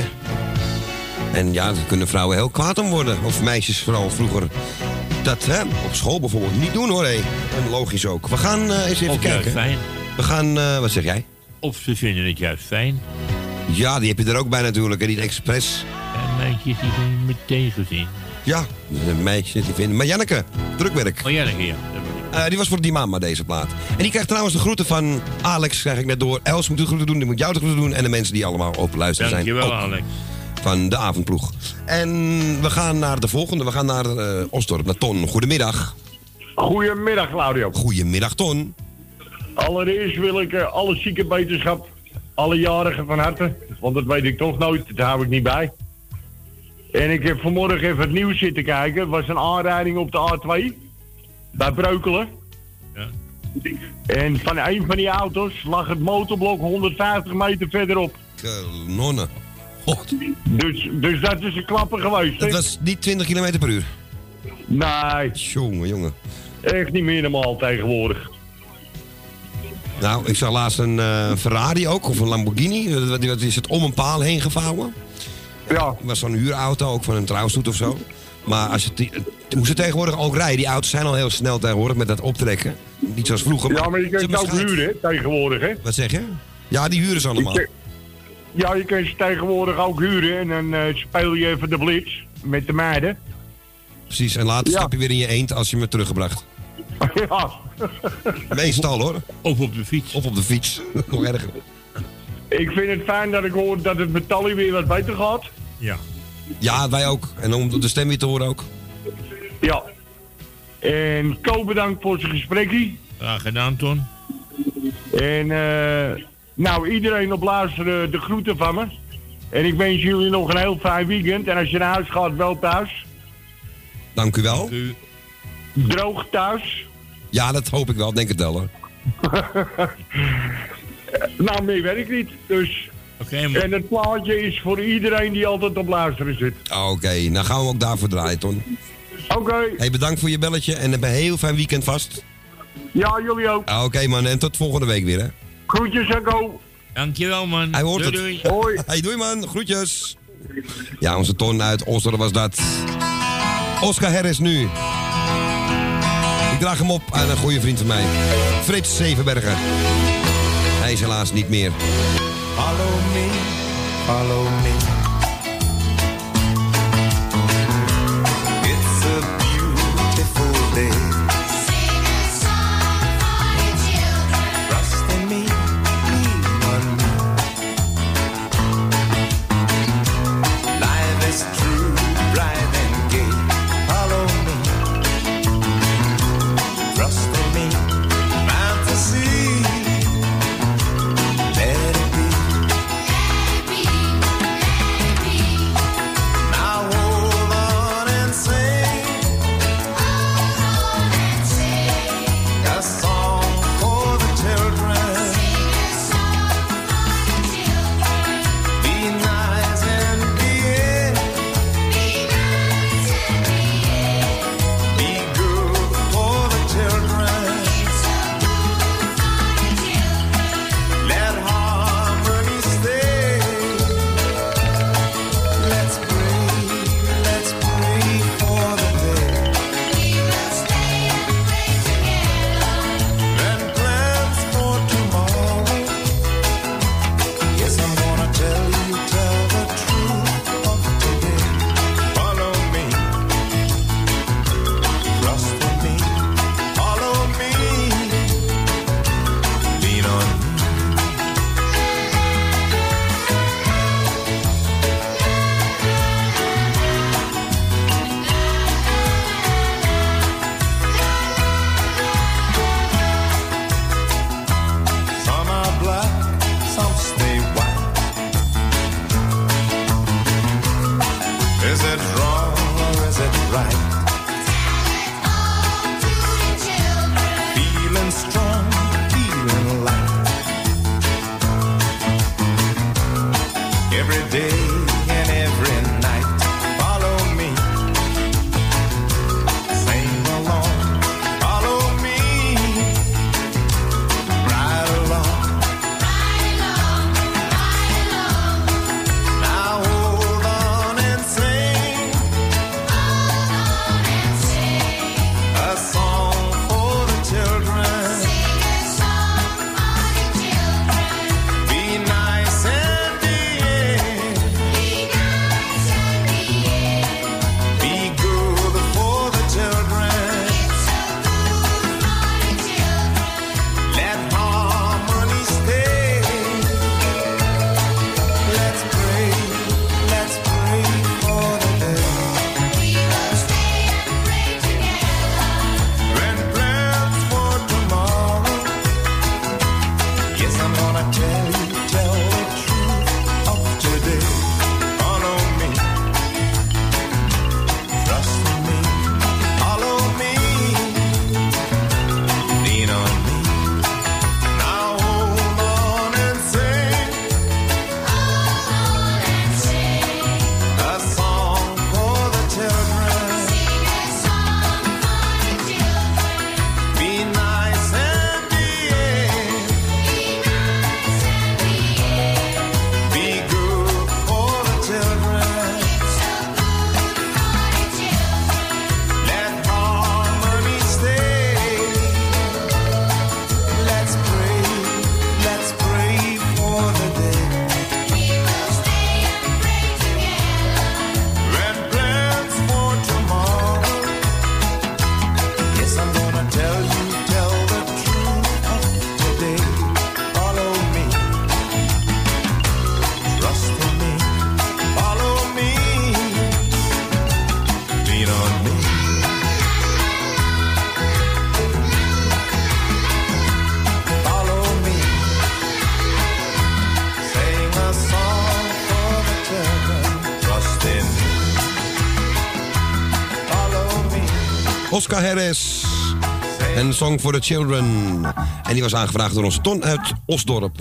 En ja, daar kunnen vrouwen heel kwaad om worden. Of meisjes vooral vroeger. Dat hè, op school bijvoorbeeld niet doen hoor. Hé. En logisch ook. We gaan eh, eens even Of juist kijken. fijn. We gaan, eh, wat zeg jij? Of ze vinden het juist fijn. Ja, die heb je er ook bij natuurlijk. En niet expres. En meisjes die vinden met tegenzin. Ja, meisjes die vinden. Maar Janneke, drukwerk. Oh ja, dat ja. Eh, die was voor die mama, deze plaat. En die krijgt trouwens de groeten van Alex, krijg ik net door. Els moet de groeten doen, die moet jou de groeten doen. En de mensen die allemaal op luisteren zijn. Dankjewel, ook Alex. Van de avondploeg. En we gaan naar de volgende. We gaan naar uh, Osdorp, naar Ton. Goedemiddag. Goedemiddag, Claudio. Goedemiddag, Ton. Allereerst wil ik uh, alle ziekenwetenschap, alle jarigen van harte. Want dat weet ik toch nooit, dat hou ik niet bij. En ik heb vanmorgen even het nieuws zitten kijken. Het was een aanrijding op de A twee. Bij Breukelen. Ja. En van een van die auto's lag het motorblok honderdvijftig meter verderop. Kanonnen. God. Dus, dus dat is een klapper geweest, hè? Dat was niet twintig kilometer per uur. Nee. Jongen, jongen. Echt niet meer normaal tegenwoordig. Nou, ik zag laatst een uh, Ferrari ook, of een Lamborghini. Wat, wat is het om een paal heen gevouwen? Ja. Het was zo'n huurauto, ook van een trouwstoet of zo. Maar als het, hoe ze tegenwoordig ook rijden, die auto's zijn al heel snel tegenwoordig met dat optrekken. Niet zoals vroeger. Ja, maar je kunt het ook huren, hè, tegenwoordig, hè? Wat zeg je? Ja, die huren ze allemaal. Je, ja, je kunt ze tegenwoordig ook huren en dan uh, speel je even de blitz met de meiden. Precies, en later Ja. stap je weer in je eend als je me teruggebracht. Ja. Meestal hoor. Of op de fiets. Of op de fiets. Nog erger. Ik vind het fijn dat ik hoor dat het met Tally weer wat beter gaat. Ja. Ja, wij ook. En om de stem weer te horen ook. Ja. En Ko bedankt voor zijn gesprekje. Graag gedaan, Ton. En uh, nou, iedereen op luisteren de groeten van me. En ik wens jullie nog een heel fijn weekend. En als je naar huis gaat, wel thuis. Dank u wel. Dank u. Droog thuis. Ja, dat hoop ik wel. Denk het wel hoor. Nou, meer weet ik niet. Dus. Okay, maar... En het plaatje is voor iedereen die altijd op luisteren zit. Oké, okay, nou gaan we ook daarvoor draaien, Ton. Oké. Okay. Hey, bedankt voor je belletje en heb een heel fijn weekend vast. Ja, jullie ook. Oké okay, man, en tot volgende week weer hè. Groetjes en go. Dankjewel man. Hij hoort doei, het. Doei. Hoi. Hey, doei man, groetjes. Ja, onze Ton uit Osdorp was dat. Oscar Harris nu. Ik draag hem op aan een goede vriend van mij. Frits Zevenbergen. Hij is helaas niet meer. Follow me, follow me. It's a beautiful day. Sing a song for your children. Trust in me, lean on me. Life is true, bright and gay. Follow me. Trust in me, fantasy. Let it be. Let it be. every day and every night. Follow me, sing along. Follow me, ride along. Ride along, ride along. Now hold on and sing. Hold on and sing. A song for the children. Sing a song for the children. Be nice and be in. Be nice and be in. Be good for the children. It's so good for the children. Let harmony stay. Let's pray, let's pray for the day. We will stay and pray together. When plans for tomorrow. Yes, I'm gonna tell you, tell the truth of today. Follow me, trust me, follow me, lean on me. Now hold on and sing. Hold on and sing. A song for the children. Sing a song for the children. Be nice and be in. Be nice and be in. Be good for the children. It's so good for the children. Let harmony stay. Let's pray, let's pray for the day. We will stay and pray together. When plans for tomorrow. Yes, I'm gonna tell you, tell the truth of today. Follow me, trust in me, follow me, lean on me. Follow me, sing a song for the children. Trust in me, follow me. Oscar Harris. En Song for the Children. En die was aangevraagd door onze Ton uit Osdorp.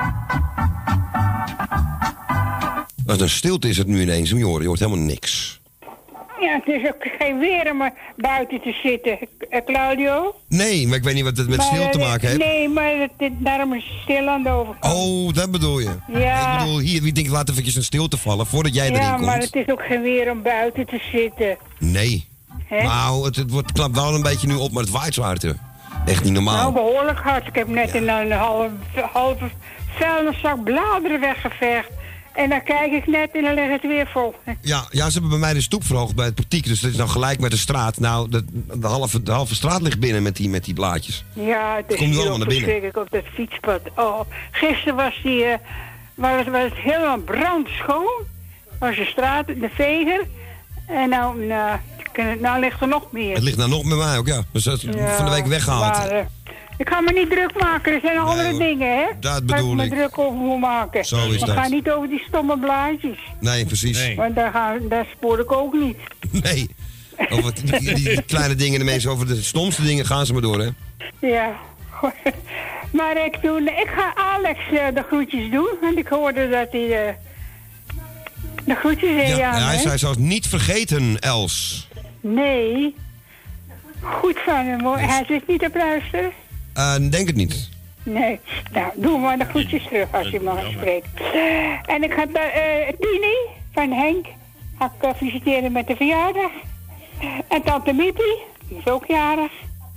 Wat een stilte is het nu ineens. Je hoort, je hoort helemaal niks. Ja, het is ook geen weer om er buiten te zitten, eh, Claudio. Nee, maar ik weet niet wat het met Maar, stil te eh, maken heeft. Nee, maar het, het- daarom is het stil aan de overkant. Oh, dat bedoel je. Ja. Ik bedoel, hier, wie denkt, laat eventjes een stilte vallen voordat jij erin Ja, komt. maar het is ook geen weer om buiten te zitten. Nee. Hè? Nou, het, het wordt, klapt wel een beetje nu op, maar het waait zo hard. hè. Echt niet normaal. Nou, behoorlijk hard. Ik heb net een, een halve, halve vuilniszak bladeren weggevergd. En dan kijk ik net en dan leg het weer vol. Ja, ja, ze hebben bij mij de stoep verhoogd bij het portiek. Dus dat is nou gelijk met de straat. Nou, de, de, halve, de halve straat ligt binnen met die, met die blaadjes. Ja, het is Komt nu hier allemaal ook naar binnen. verschrikkelijk op dat fietspad. Oh, gisteren was die, eh, was, het, was het helemaal brandschoon. Was de straat, de veger. En nou, nou, nou ligt er nog meer. Het ligt nou nog met mij ook, ja. Dus dat is Ja, van de week weggehaald. maar, eh, ik ga me niet druk maken, er zijn andere hoor. dingen, hè? Dat Waar bedoel ik ik. me druk over moet maken. Zo is maar dat. ga niet over die stomme blaadjes. Nee, precies. Want daar, gaan, daar spoor ik ook niet. Nee. Over die, die, die kleine dingen, de mensen over de stomste dingen gaan ze maar door, hè? Ja. Maar ik, doe, ik ga Alex uh, de groetjes doen, want ik hoorde dat hij uh, de groetjes deed Ja, aan ja, hij me. zei zelfs niet vergeten, Els. Nee. Goed van hem hoor. Hij zit niet op luisteren. Uh, denk het niet. Nee. Nou, doe maar de groetjes terug als je mag spreekt. En ik ga uh, Tini van Henk ga ik uh, visiteren met de verjaardag. En tante Mippie, die is ook jarig.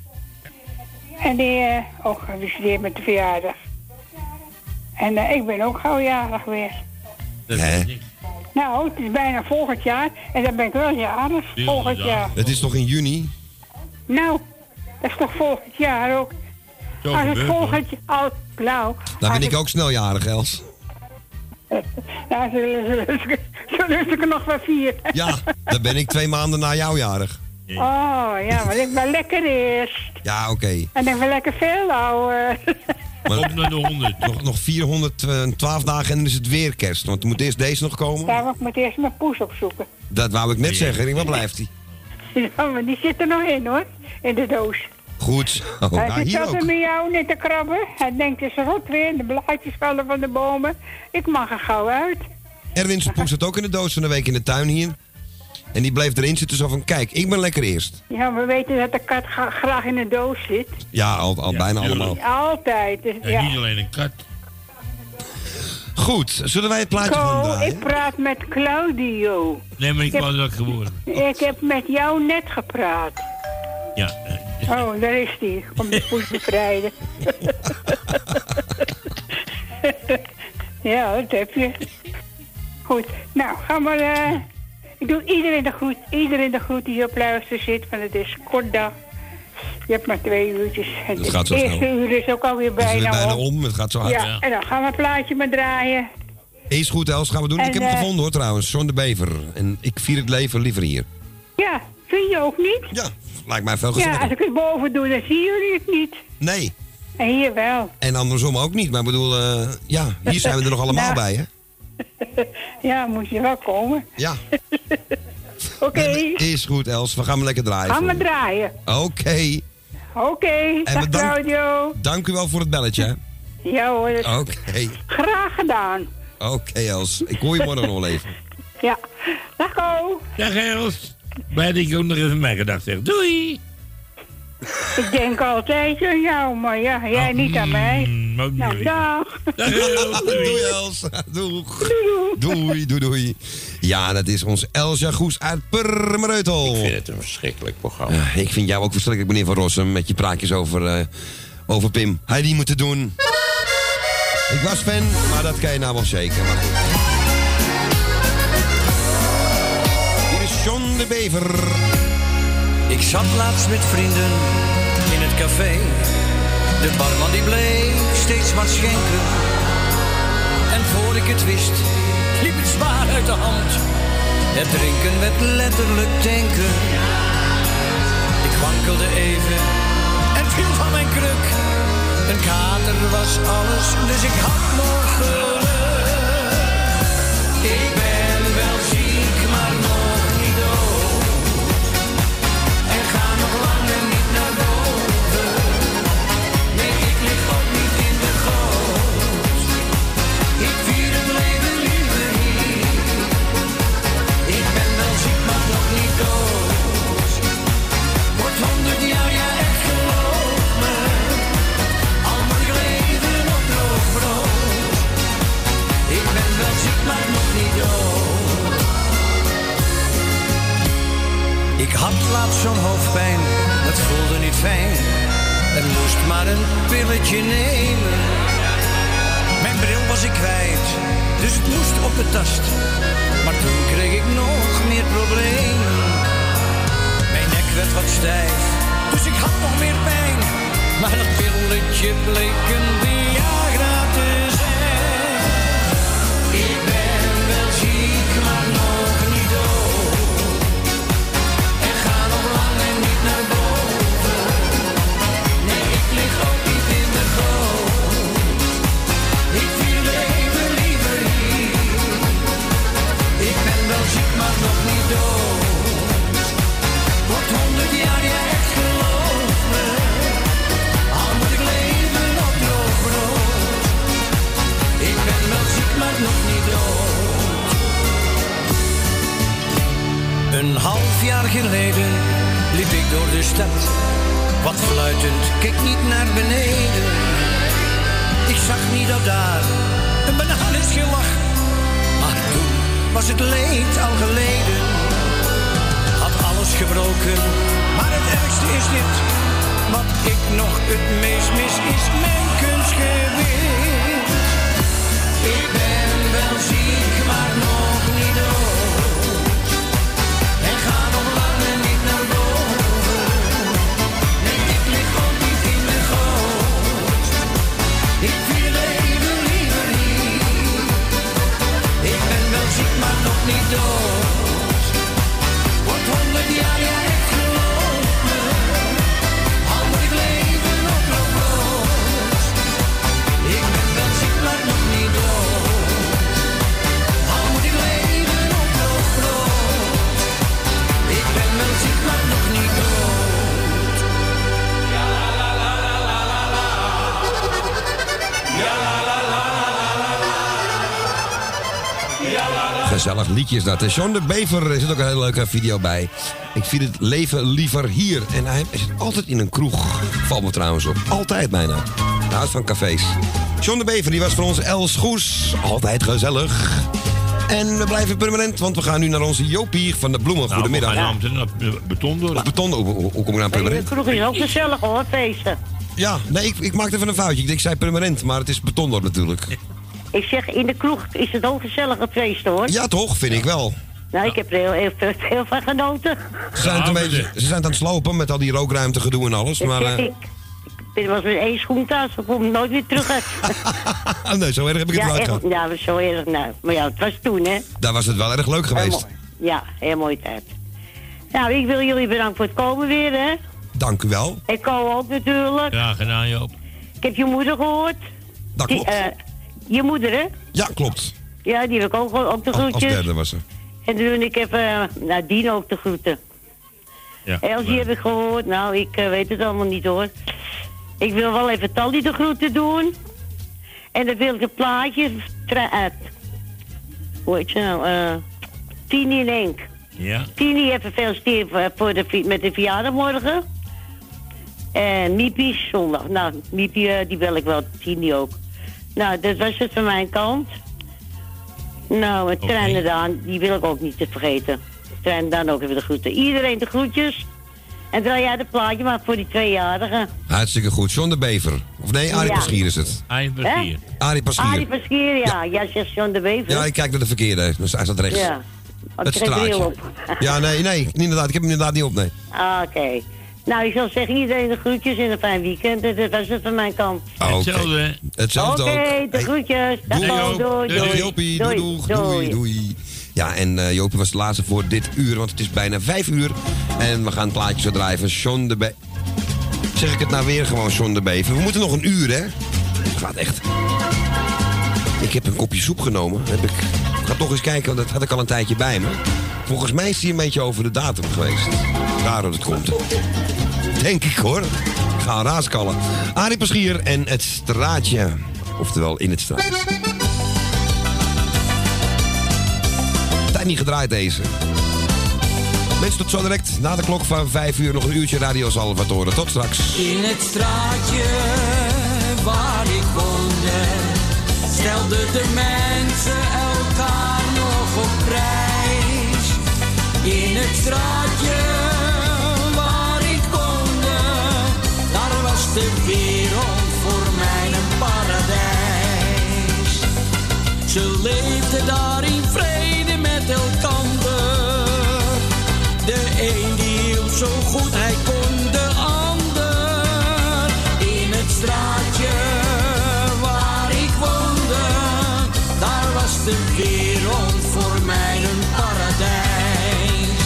En die uh, ook gevisiteerd met de verjaardag. En uh, ik ben ook gauw jarig weer. Hè? Nou, het is bijna volgend jaar. En dan ben ik wel jarig, volgend jaar. Het is toch in juni? Nou, dat is toch volgend jaar ook. Zo Als het gebeurt, volgend jaar... Oh, blauw. Dan ben Als ik ook snel jarig, Els. het- Nou, zullen, zullen, zullen ze er nog wel vier. Ja, dan ben ik twee maanden na jou jarig. Oh, ja, maar ik ben lekker eerst. Ja, oké. En ik ben lekker veel, ouwe. Maar op naar de honderd. Nog, nog vierhonderdtwaalf dagen en dan is het weer kerst. Want er moet eerst deze nog komen. Daar moet ik moet eerst mijn poes opzoeken. Dat wou ik net zeggen. Ik denk, waar blijft die? Ja, maar die zit er nog in, hoor. In de doos. Goed zo. Hij Nou, zit hier altijd ook. met jou net te krabben. Hij denkt, het is rot weer. De blaadjes vallen van de bomen. Ik mag er gauw uit. Erwin zijn poes zat ook in de doos van de week in de tuin hier. En die bleef erin zitten zo van, kijk, ik ben lekker eerst. Ja, we weten dat de kat ga- graag in de doos zit. Ja, al, al bijna allemaal. Altijd. Dus, En ja. niet alleen een kat. Goed, zullen wij het plaatje gaan Ko, draaien? ik praat met Claudio. Nee, maar ik heb- was ook geworden. Ik heb met jou net gepraat. Ja. eh, Oh, daar is hij. Om de poes te bevrijden. Ja, dat heb je. Goed, nou, ga maar... eh, ik doe iedereen de groet, iedereen de groet die hier op luister zit, want het is kort dag. Je hebt maar twee uurtjes. En Het gaat zo het eerste snel. uur is ook alweer Het is bijna, weer bijna op. om, het gaat zo hard. Ja, en dan gaan we een plaatje maar draaien. Is goed, Els, gaan we doen. En, ik heb hem eh, gevonden hoor trouwens, John de Bever. En ik vier het leven liever hier. Ja, vind je ook niet? Ja, lijkt mij veel Ja, gezelliger. als ik het boven doe, dan zien jullie het niet. Nee, En hier wel. en andersom ook niet. Maar ik bedoel, eh, ja, hier zijn we er nog allemaal Nou. bij, hè? Ja, moet je wel komen. Ja. Oké, Is goed, Els. We gaan hem lekker draaien. gaan voor we je. draaien. Oké. Oké, En dag bedankt- Claudio. Dank u wel voor het belletje, hè? Ja hoor, Oké. graag gedaan. Oké, Els. Ik hoor je morgen nog wel even. Ja, dag Ko. Dag Els. Blij dat ik ook nog even mijn gedacht zeg. Doei. Ik denk altijd aan jou, maar ja, jij niet aan mij. Mm, ook niet Nou, weer. dag. Dag Els. Doei, Els. Doeg. Doei, doei, doei. Ja, dat is ons Elsja Goes uit Purmereutel. Ik vind het een verschrikkelijk programma. Ja, ik vind jou ook verschrikkelijk, meneer Van Rossum, met je praatjes over, eh, over Pim. Hij die moeten doen. Ik was fan, maar dat kan je nou wel zeker. Maar goed. Hier is John de Bever. Ik zat laatst met vrienden in het café. De barman die bleef steeds maar schenken. En voor ik het wist, liep het zwaar uit de hand. Het drinken werd letterlijk tanken. Ik wankelde even en viel van mijn kruk. Een kater was alles, dus ik had nog geluk. Ik ben wel ziek, maar nog niet dood. En ga nog langer niet naar boven. Nee, ik lig ook niet in de goot. Ik vier het leven liever hier. Ik ben wel ziek, maar nog niet dood. Wordt honderd jaar, ja echt geloof me. Al moet ik leven op droog brood. Ik ben wel ziek, maar nog niet dood. Ik had laatst zo'n hoofdpijn, dat voelde niet fijn. En moest maar een pilletje nemen. Mijn bril was ik kwijt, dus het moest op de tast. Maar toen kreeg ik nog meer problemen. Mijn nek werd wat stijf, dus ik had nog meer pijn. Maar dat pilletje bleek een Viagra te zijn. Ik ben wel ziek, maar nog niet dood. En ga nog langer niet naar boven. Nee, ik lig ook niet in de goot. Ik vier leven liever hier. Ik ben wel ziek, maar nog niet dood. Wordt honderd jaar, ja echt geloof me. Al moet ik leven op droog brood. Ik ben wel ziek, maar nog niet dood. Een half jaar geleden liep ik door de stad. Wat fluitend, keek niet naar beneden. Ik zag niet dat daar een bananenschil lag. Maar toen was het leed al geleden. Had alles gebroken, maar het ergste is dit. Wat ik nog het meest mis is mijn kunstgewicht. Ik ben wel ziek, maar nog niet dood. En ga nog langer niet naar boven. Nee, ik lig ook niet in de goot. Ik vier leven liever hier. Ik ben wel ziek, maar nog niet dood. Wordt honderd jaar, ja echt geloof me. Al moet ik leven op nog brood. Ik ben wel ziek, maar nog niet dood. Al moet ik leven op nog brood. Ik ben wel ziek, maar nog niet dood. Ja la la la la la la. Ja la la la la la la. Gezellig liedje is dat. En John de Bever, er zit ook een hele leuke video bij. Ik vind het leven liever hier. En hij zit altijd in een kroeg. Valt me trouwens op. Altijd bijna. Hij houdt van cafés. John de Bever, die was voor ons Els Goes. Altijd gezellig. En we blijven permanent, want we gaan nu naar onze Jopie van de Bloemen. Goedemiddag. Nou, we gaan naar Beton door. Beton, hoe, hoe, hoe kom ik naar permanent? De kroeg is ook gezellig hoor, feesten. Ja, nee, ik, ik maakte even een foutje. Ik, ik zei permanent, maar het is Betondorp natuurlijk. Ik zeg, in de kroeg is het ook gezellig het feesten hoor. Ja toch, vind ik wel. Nou, ik heb er heel, heel, heel, heel van genoten. Ze zijn, het een beetje, ze zijn het aan het slopen met al die rookruimte gedoe en alles. Dat Maar, zeg uh, ik. Ik was met één schoen thuis, dan kom ik nooit weer terug uit. nee, zo erg heb ik het ja, wel echt, gehad. ja, zo erg. Nou, maar ja, het was toen, hè. Daar was het wel erg leuk geweest. Heel mooi. Ja, heel mooie tijd. Nou, ik wil jullie bedanken voor het komen weer, hè. Dank u wel. Ik kom ook natuurlijk. Ja, gedaan Joop. Ik heb je moeder gehoord. Dat klopt. Die, uh, je moeder, hè? Ja, klopt. Ja, die heb ik ook, ook de Als, als groetjes. derde was ze. En toen ik heb, uh, nou, Dien ook de groeten. Ja, Elsie heb ik gehoord. Nou, ik uh, weet het allemaal niet, hoor. Ik wil wel even Tally de groeten doen. En dan wil ik een plaatje uit. Hoe heet ze nou? Uh, Tini en Henk. Ja. Tini even gefeliciteerd voor de, met de verjaardag morgen. En Miepie is zondag. Nou, Miepie uh, die bel ik wel. Tini ook. Nou, dat was het van mijn kant. Nou, het Okay. Trein Daan, die wil ik ook niet te vergeten. Trein Daan ook even de groeten. Iedereen de groetjes. En draai jij het plaatje maar voor die tweejarigen. Hartstikke goed. John de Bever. Of nee, Arie Ja. Paschier is het. Arie Paschier. Arie Paschier. Arie Paschier, ja. Jij zegt John de Bever. Ja, ik kijk naar de verkeerde. Dus hij staat rechts. Ja. Oh, Het ik heb er heel straatje. op. Ja, nee, nee, inderdaad. Ik heb hem inderdaad niet op, nee. Ah, oké. Nou, ik zal zeggen, iedereen de groetjes en een fijn weekend. Dat dat was het van mijn kant. Oh, oké. Hetzelfde. Hetzelfde Oké, ook. de groetjes. Dag, Doei, doei, doei, doei, doei. Jopie. Doei, doei, doei, doei. Ja, en uh, Jopie was de laatste voor dit uur, want het is bijna vijf uur. En we gaan het plaatje zo draaien van John de Bever. Zeg ik het nou weer gewoon, John de Bever? We moeten nog een uur, hè? Het gaat echt. Ik heb een kopje soep genomen. Heb ik... ik ga toch eens kijken, want dat had ik al een tijdje bij me. Volgens mij is die een beetje over de datum geweest. Daar dat het komt. Denk ik, hoor. Ik ga raaskallen. Arie Paschier en het straatje. Oftewel, in het straatje. Tijd niet gedraaid deze. Mensen, tot zo direct. Na de klok van vijf uur nog een uurtje Radio Salvatore. Tot straks. In het straatje waar ik woonde, stelden de mensen elkaar nog op prijs. In het straatje waar ik woonde, daar was de wereld voor mij een paradijs. Ze leefden daar in vrede met elkander. De een die hielp zo goed hij kon, de ander. In het straatje waar ik woonde, daar was de wereld voor mij een paradijs.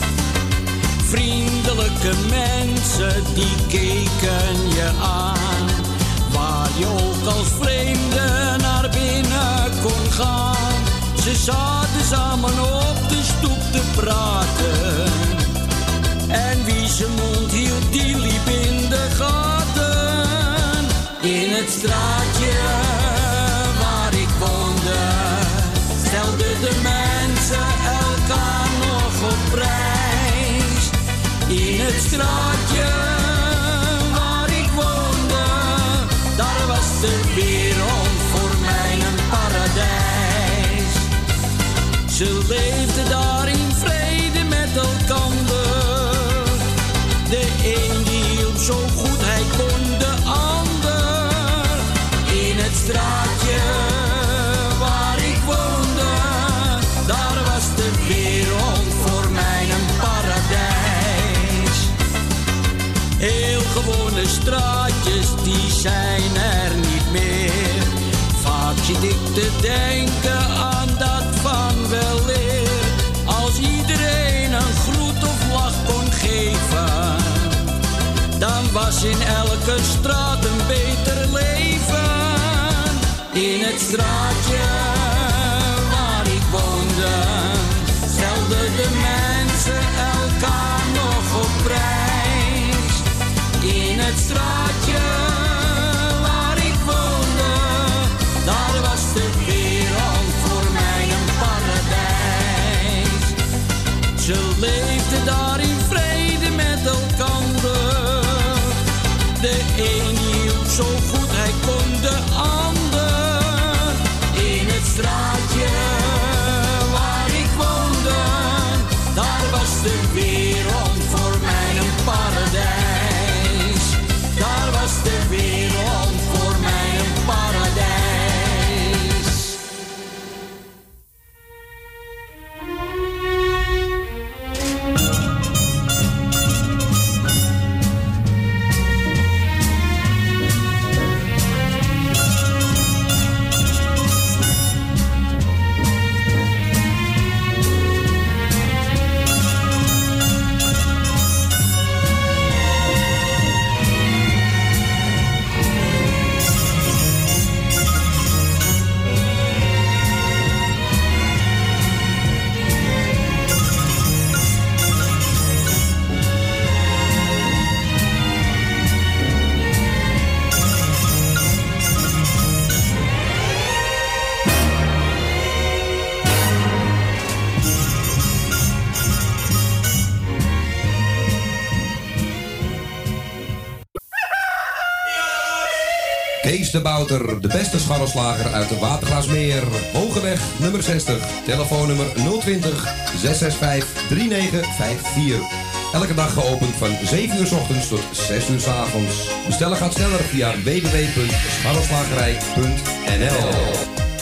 Vriendelijke mensen die keken je aan, waar je ook als vreemde naar binnen kon gaan. Ze zaten samen op de stoep te praten. En wie zijn mond hield, die liep in de gaten. In het straatje waar ik woonde, stelden de mensen elkaar nog op prijs. In het straatje waar ik woonde, daar was de wereld voor mij een paradijs. Ze leefden daar in vrede met elkander. De een die hielp zo goed hij kon, de ander. In het straatje waar ik woonde, daar was de wereld voor mij een paradijs. Heel gewone straatjes, die zijn er niet meer. Vaak zit ik te denken aan dat van weleer. Als iedereen een groet of lach kon geven, dan was in elke straat een beter leven. In het straatje waar ik woonde, stelden de mensen elkaar nog op prijs. In het straatje waar ik woonde, daar was de wereld voor mij een paradijs. Ze leefden daar in vrede met elkander. De een hielp zo goed hij kon de ander. In het straatje waar ik woonde, daar was de wereld voor mij een paradijs. Daar was de wereld voor mij een paradijs. Kees de Bouter, de beste scharrelslager uit de Watergraasmeer. Hogeweg nummer zestig, telefoonnummer nul twintig, zes zes vijf, drie negen vijf vier. Elke dag geopend van zeven uur 's ochtends tot zes uur 's avonds. Bestellen gaat sneller via w w w punt scharrelslagerij punt n l.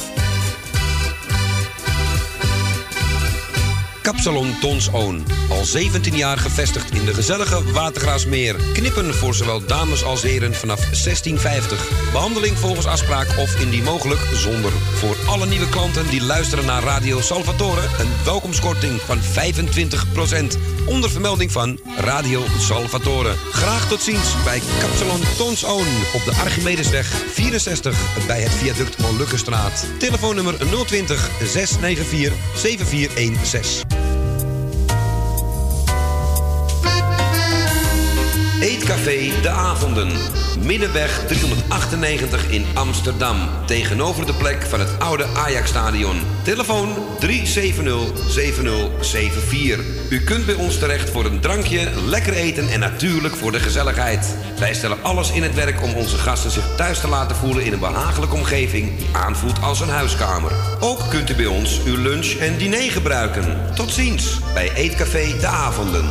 Kapsalon Tons Oon. Al zeventien jaar gevestigd in de gezellige Watergraasmeer. Knippen voor zowel dames als heren vanaf zestien vijftig. Behandeling volgens afspraak of indien mogelijk zonder. Voor alle nieuwe klanten die luisteren naar Radio Salvatore een welkomstkorting van vijfentwintig procent. Onder vermelding van Radio Salvatore. Graag tot ziens bij Kapsalon Tons Oon op de Archimedesweg vierenzestig bij het viaduct Molukkenstraat. Telefoonnummer nul twintig, zes negen vier, zeven vier een zes. Eetcafé De Avonden. Middenweg driehonderdachtennegentig in Amsterdam. Tegenover de plek van het oude Ajax-stadion. Telefoon drie zeven nul, zeven nul zeven vier. U kunt bij ons terecht voor een drankje, lekker eten en natuurlijk voor de gezelligheid. Wij stellen alles in het werk om onze gasten zich thuis te laten voelen in een behagelijke omgeving die aanvoelt als een huiskamer. Ook kunt u bij ons uw lunch en diner gebruiken. Tot ziens bij Eetcafé De Avonden.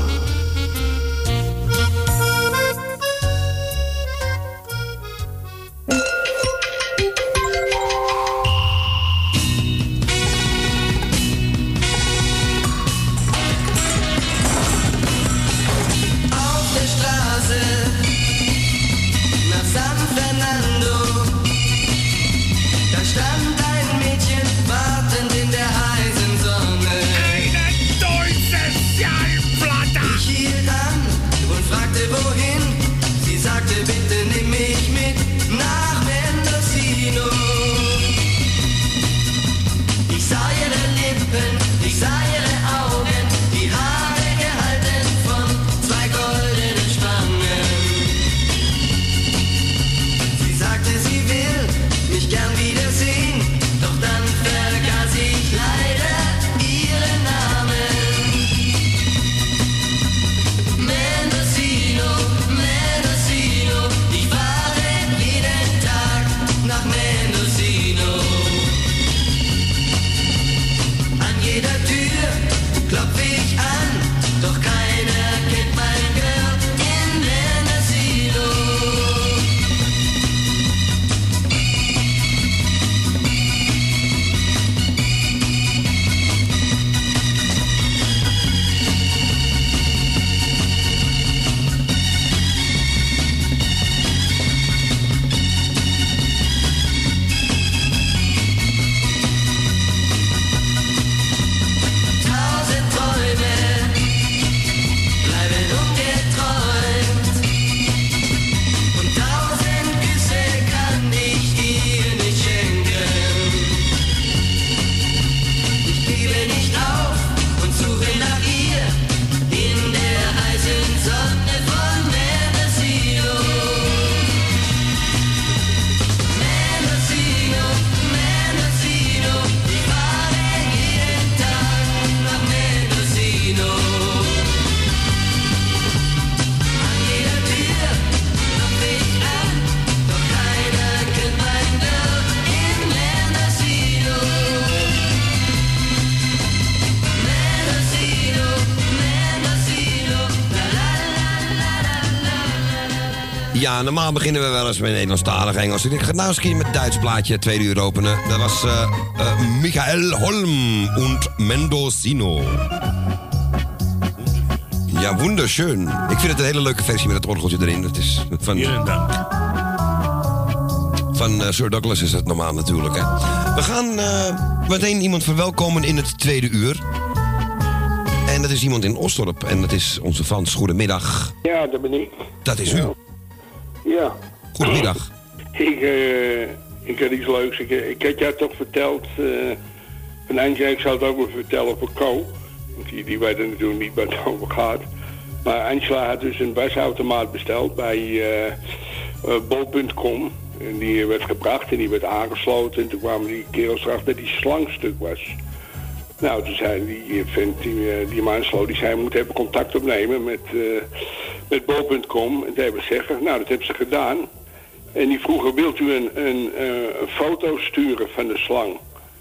Tausend Träume Ja, normaal beginnen we wel eens met Nederlandstalig Engels. Ik ga nou eens een keer met het Duits plaatje tweede uur openen. Dat was uh, uh, Michael Holm en Mendocino. Ja, wunderschön. Ik vind het een hele leuke versie met het orgeltje erin. Het is van... Vielen dank. Van uh, Sir Douglas is het normaal natuurlijk, hè. We gaan uh, meteen iemand verwelkomen in het tweede uur. En dat is iemand in Osdorp. En dat is onze Frans. Goedemiddag. Ja, dat ben ik. Dat is u. Ja. Goedemiddag. Ik, uh, ik had iets leuks. Ik, ik had jou toch verteld... Uh, van Angela, ik zal het ook wel vertellen over Co. Want die, die weet er natuurlijk niet waar het over gaat. Maar Angela had dus een wasautomaat besteld bij uh, uh, bol punt com. En die werd gebracht en die werd aangesloten. En toen kwamen die kerels erachter dat die slangstuk was. Nou, toen zei die vent die, uh, die hem aansloot, die zei, we moeten even contact opnemen met, uh, met bol punt com. En dat hebben ze zeggen. Nou, dat hebben ze gedaan. En die vroegen, wilt u een, een, uh, een foto sturen van de slang?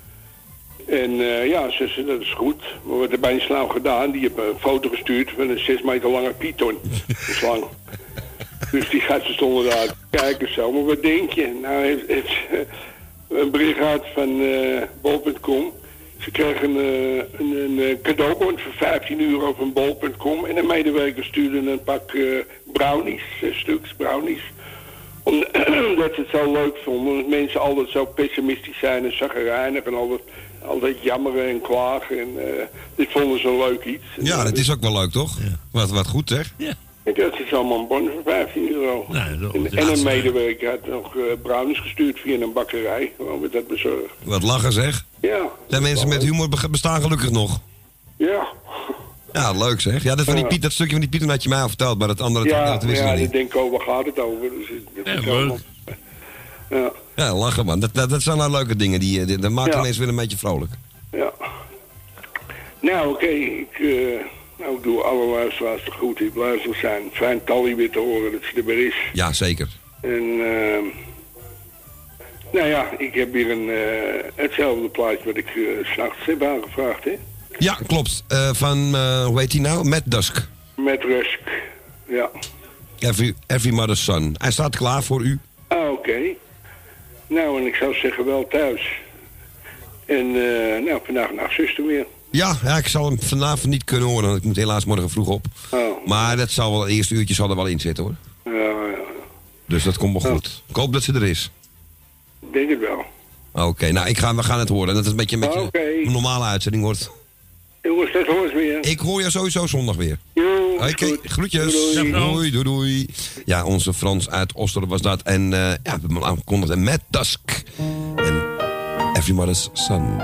En uh, ja, ze zei, dat is goed. Maar wat hebben ze nou gedaan? Die hebben een foto gestuurd van een zes meter lange python. Een slang. Dus die gaat ze stonden daar te kijken zo. Maar wat denk je? Nou, heeft, heeft uh, een bericht gehad van uh, bol punt com. Ze kregen uh, een, een cadeaubon voor vijftien euro van bol punt com. En een medewerker stuurde een pak uh, brownies, zes stuks brownies. Omdat ze het zo leuk vonden. Omdat mensen altijd zo pessimistisch zijn en chagrijnig en altijd, altijd jammeren en klagen. En uh, dit vonden ze een leuk iets. Ja, dat is ook wel leuk, toch? Ja. Wat, wat goed, zeg. Ja. En dat is allemaal een bon voor vijftien euro. Nou, dat, en, en een medewerker had nog uh, brownies gestuurd via een bakkerij. Gewoon met dat bezorgd. Wat lachen, zeg. Ja. Zijn mensen met humor be- bestaan gelukkig nog? Ja. Ja, leuk zeg. Ja, dat, van die Piet, dat stukje van die Pieter had je mij al verteld, maar dat andere... Ja, dat wist ja, ik ik niet. denk, oh, waar gaat het over? Dus, dat Ja, is leuk. allemaal- Ja. Ja, lachen man. Dat, dat, dat zijn nou leuke dingen. Die, die, dat maakt Ja. ineens weer een beetje vrolijk. Ja. Nou, oké. Ik, uh, nou, ik doe alle luisteraars de groeten. Ik blijf zo zijn. Fijn Tally weer te horen dat ze er weer is. Ja, zeker. En, uh, nou ja, ik heb hier een, uh, hetzelfde plaatje wat ik uh, 's nachts heb aangevraagd, hè. Ja, klopt. Uh, van, uh, hoe heet hij nou? Matt Dusk. Met Rusk. Ja. Every, Every Mother's Son. Hij staat klaar voor u. Ah, oké. Nou, en ik zou zeggen wel thuis. En, uh, nou, vandaag nachtzuster weer. Ja, ja, ik zal hem vanavond niet kunnen horen, want ik moet helaas morgen vroeg op. Oh. Maar dat zal wel, het eerste uurtje zal er wel in zitten hoor. Ja, ja. Dus dat komt wel goed. Ik hoop dat ze er is. Ik denk het wel. Oké, okay, nou ik ga, we gaan het horen. Dat het een beetje, een beetje Okay. een normale uitzending wordt. Jongens, dat hoort weer. Ik hoor je sowieso zondag weer. Jo, Oké, okay, groetjes. Doei doei. doei, doei, doei. Ja, onze Frans uit Osdorp was dat. En uh, ja, we hebben hem al aangekondigd. En Matt Dusk. En Every Mother's Son.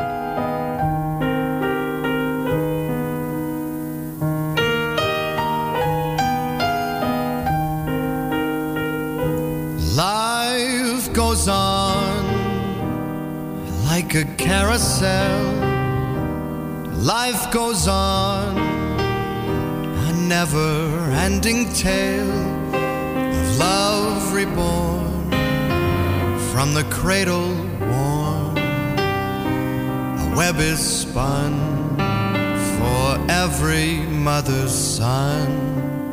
Life goes on like a carousel. Life goes on, a never-ending tale of love reborn, from the cradle worn. A web is spun for every mother's son.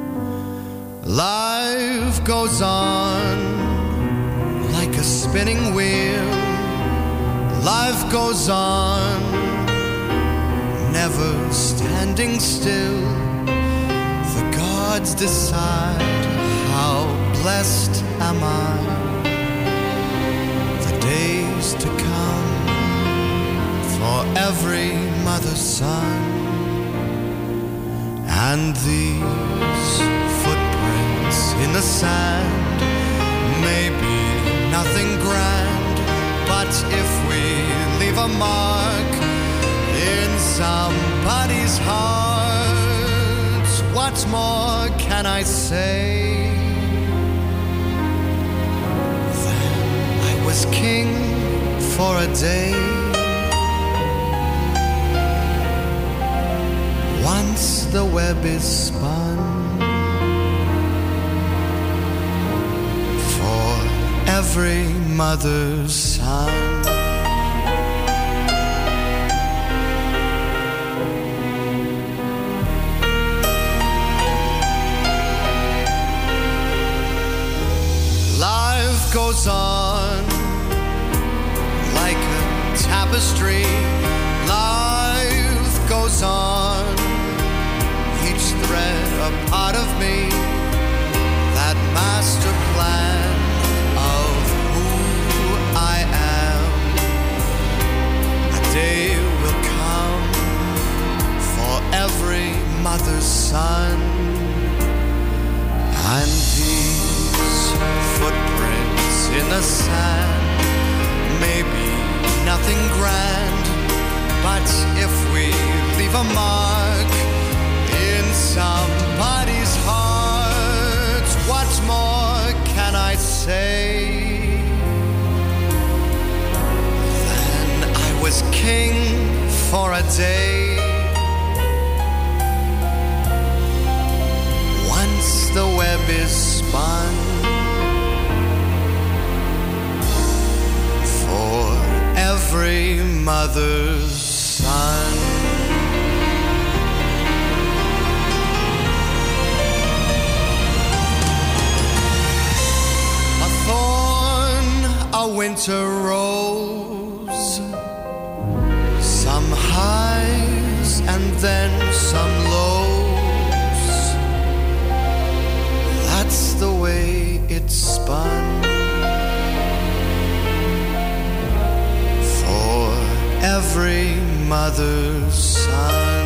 Life goes on like a spinning wheel. Life goes on, never standing still. The gods decide, how blessed am I. The days to come for every mother's son. And these footprints in the sand may be nothing grand, but if we leave a mark in somebody's heart, what more can I say than I was king for a day? Once the web is spun for every mother's son. goes on like a tapestry. Life goes on, each thread a part of me. That master plan of who I am. A day will come for every mother's son. And these footprints in the sand may be nothing grand, but if we leave a mark in somebody's heart, what more can I say than I was king for a day? Once the web is spun for every mother's son. A thorn, a winter rose, some highs and then some lows. That's the way it's spun for every mother's son.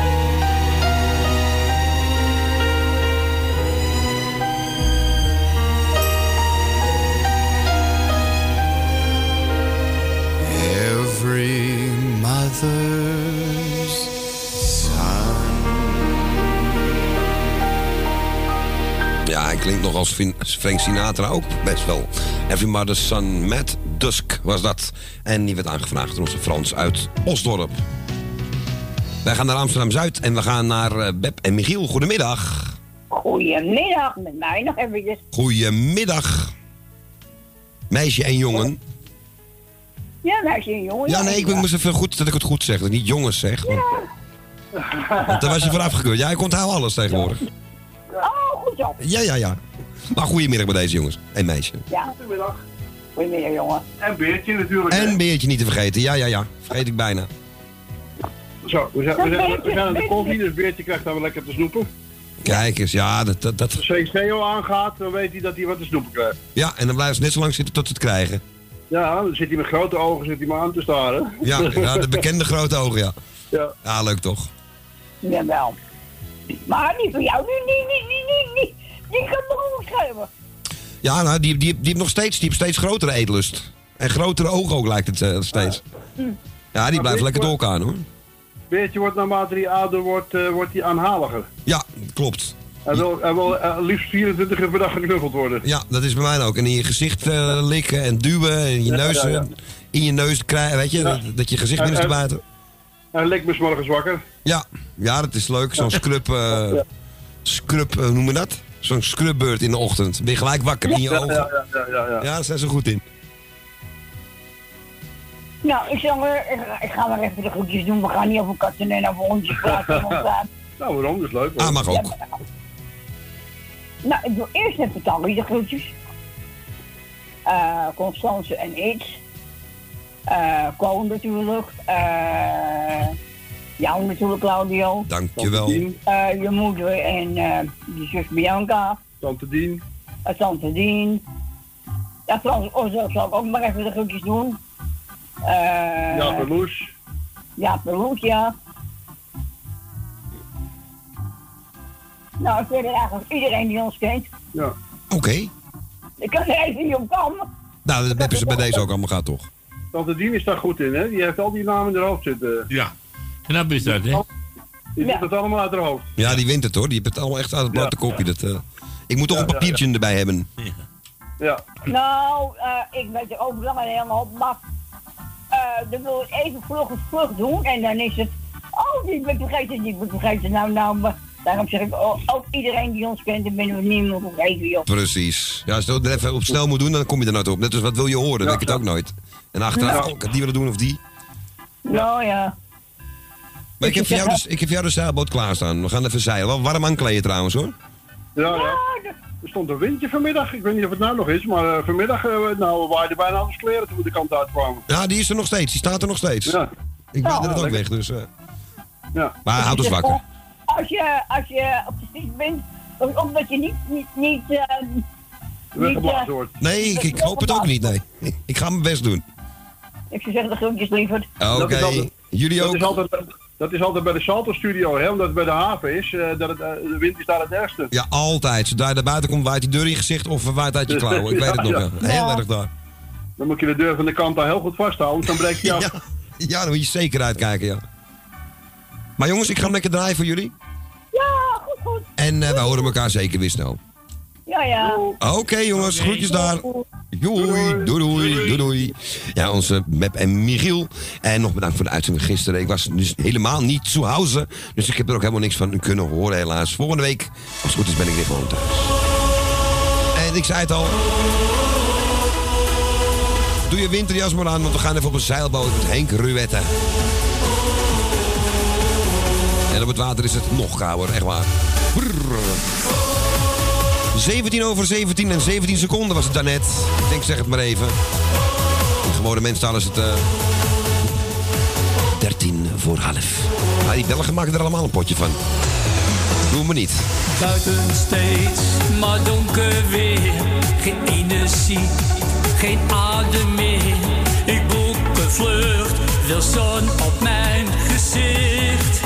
Every mother's son. Ja, hij klinkt nog als Vin- Frank Sinatra ook best wel. Every Mother's Son, Matt Dusk was dat. En die werd aangevraagd door onze Frans uit Osdorp. Wij gaan naar Amsterdam-Zuid en we gaan naar uh, Beb en Michiel. Goedemiddag. Goedemiddag, met mij nog eventjes. Goedemiddag. Meisje en jongen. Ja, meisje en jongen. Ja, nee, ik moest even goed dat ik het goed zeg. Dat ik niet jongens zeg. Want, want daar was je voor afgekeurd. Ja, ik onthoud alles tegenwoordig. Oh, goed zo. Ja, ja, ja. Maar goedemiddag bij deze jongens. En meisje. Ja. Goedemiddag. Goedemiddag, jongen. En Beertje natuurlijk. En Beertje niet te vergeten. Ja, ja, ja. Vergeet ik bijna. Zo, we zijn, we zijn, we zijn aan de koffie, dus Beertje krijgt dan wel lekker te snoepen. Kijk eens, ja, dat... dat, dat... Als de C C O aangaat, dan weet hij dat hij wat te snoepen krijgt. Ja, en dan blijft ze net zo lang zitten tot ze het krijgen. Ja, dan zit hij met grote ogen zit hij maar aan te staren. Ja, ja, de bekende grote ogen, ja. Ja. Ja, leuk toch? Jawel. Maar die van jou, die, die, die, die, die, die, die kan me ook schrijven. Ja, nou, die, die, die heeft nog steeds, die heeft steeds grotere eetlust. En grotere ogen ook, lijkt het uh, steeds. Ja, die blijft lekker doorgaan, hoor. Beertje wordt naarmate hij ouder wordt, uh, wordt hij aanhaliger. Ja, klopt. Hij wil, hij wil uh, liefst vierentwintig uur per dag geknuffeld worden. Ja, dat is bij mij ook. En in je gezicht uh, likken en duwen, en in je Ja, neus, ja, ja. in je neus krijgen, weet je, Ja. dat, dat je gezicht binnen En- te en- buiten. Hij lekt me 's morgens wakker. Ja, ja, dat is leuk. Zo'n scrub, uh, scrub, uh, hoe noem je dat? Zo'n scrubbeurt in de ochtend. Ben je gelijk wakker in je Ja, ogen. ja, ja, ja, ja, ja. Ja, daar zijn ze goed in. Nou, ik, zal, maar- ik, ga- ik ga maar even de groetjes doen. We gaan niet over katten en over hondjes praten. Want, uh, Nou, waarom? Dat is leuk. hoor. Ah, mag ook. nou, ik doe eerst even Tally de groetjes. Eh Constance en Iets. Eh Koon natuurlijk. Eh jou natuurlijk, Claudio. Dankjewel. Eh je moeder en eh je zus Bianca. Tante Dien. Uh, Tante Dien. Ja, trouwens, oh, zo zal ik ook maar even de groetjes doen. Eh Ja, Perloes. Ja, Perloes, ja. Nou, verder eigenlijk iedereen die ons kent. Ja. Oké. Ik kan er even niet op komen. Nou, dat hebben ze bij deze ook allemaal gehad, toch? Tante Dien is daar goed in, hè? Die heeft al die namen in haar hoofd zitten. Ja. Knap is dat, hè? Die zit het allemaal uit haar hoofd. Ja, die wint het hoor. Die heeft het allemaal echt uit het blote kopje. Dat, uh... Ik moet toch Ja, een ja, papiertje erbij hebben. Ja. Nou, eh, ik weet er ook nog een hele hoop, maar eh, dan wil ik even vlug vlug doen en dan is het, oh, die ben ik vergeten, die ben ik vergeten. Nou, nou, maar daarom zeg ik, oh, ook iedereen die ons kent, dan ben we niet meer vergeten, joh. Precies. Ja, als je het even op snel moet doen, dan kom je er nooit op. Net als wat wil je horen, dan weet ik het ook nooit. En achteraf, Ja. oh, ik had die willen doen of die. Nou ja. Maar ik heb voor jou dus, ik heb voor jou de zeilboot klaarstaan. We gaan even zeilen. Wel warm aankleden trouwens hoor. Ja, ja. Er stond een windje vanmiddag. Ik weet niet of het nou nog is, maar uh, vanmiddag uh, nou, waaide bijna alles kleren toen we de kant uitkwamen. Ja, die is er nog steeds. Die staat er nog steeds. Ja. Ik ben Ja, er net ook lekker. weg, dus... Uh... Ja. Maar hij houdt ons wakker. Als je, als je op de fiets bent, omdat je niet... niet, niet uh, Weggeblazen niet, wordt. Nee, ik, ik hoop het ook niet, nee. Ik ga mijn best doen. Ik zou zeggen de groetjes liever. Oké, okay. Jullie dat ook? Is altijd, dat is altijd bij de Salto Studio, hè, omdat het bij de haven is. Uh, dat het, uh, de wind is daar het ergste. Ja, altijd. Zodra je naar buiten komt, waait die deur in je gezicht of waait uit je klauwen. Ik weet het nog, ja. Heel Ja. erg daar. Dan moet je de deur van de kant daar heel goed vasthouden, dan breekt hij af. Ja, ja, dan moet je zeker uitkijken, ja. Maar jongens, ik ga hem lekker draaien voor jullie. Ja, goed, goed. En uh, wij horen elkaar zeker weer snel. Ja, ja. Oké okay, jongens, okay. Groetjes daar. Doei, doei, doei, doei, doei. Ja, onze Mep en Michiel. En nog bedankt voor de uitzending gisteren. Ik was dus helemaal niet zu Hause. Dus ik heb er ook helemaal niks van kunnen horen helaas. Volgende week, als het goed is, ben ik weer gewoon thuis. En ik zei het al. Doe je winterjas maar aan, want we gaan even op een zeilboot met Henk Ruette. En op het water is het nog kouder, echt waar. Brrr. zeventien over zeventien en zeventien seconden was het daarnet. Ik denk, zeg het maar even. In gewone menstaal is het uh, dertien voor half. Maar die Belgen maken er allemaal een potje van. Doen we niet. Buiten steeds maar donker weer. Geen energie, geen adem meer. Ik boek een vlucht, wil zon op mijn gezicht.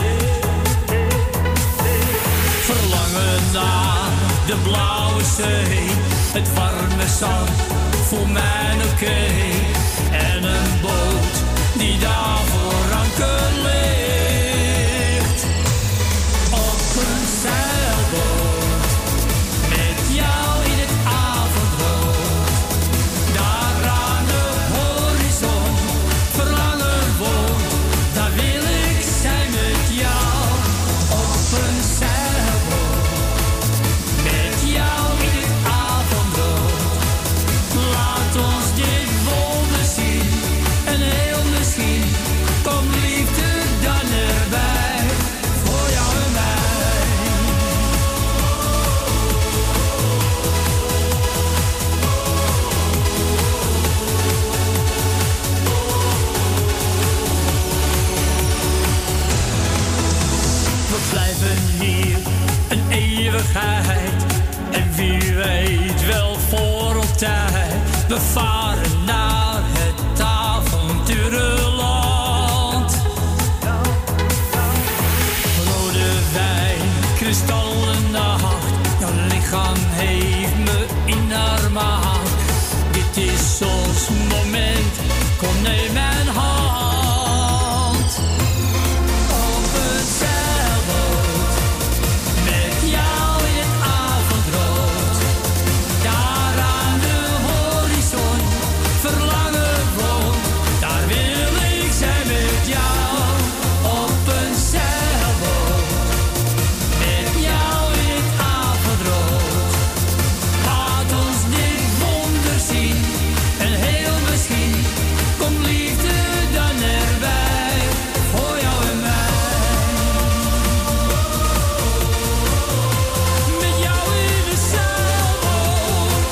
Verlangen naar de blauwe zee. Het warme zand voor mij oké. Okay. En een boot die daar voor anker ligt. Op een zeilboot met jou in het avondrood. Daar aan de horizon verlangen woont. Daar wil ik zijn met jou. Op een zeilboot met jou in het avondrood. Laat ons dit wonder zien. En heel misschien komt liefde dan erbij. Voor jou en mij. We blijven hier een eeuwigheid. En wie weet wel voor altijd. We varen naar het avonturenland. Rode wijn, kristallen nacht. Jouw lichaam heeft me in haar macht. Dit is ons moment, kom neem mijn hand. Op een zeilboot, met jou in het avondrood. Daar aan de horizon, verlangen woont. Daar wil ik zijn met jou. Op een zeilboot, met jou in het avondrood. Laat ons dit wonder zien. En heel misschien komt liefde dan erbij. Voor jou en mij. Met jou in de zeilboot.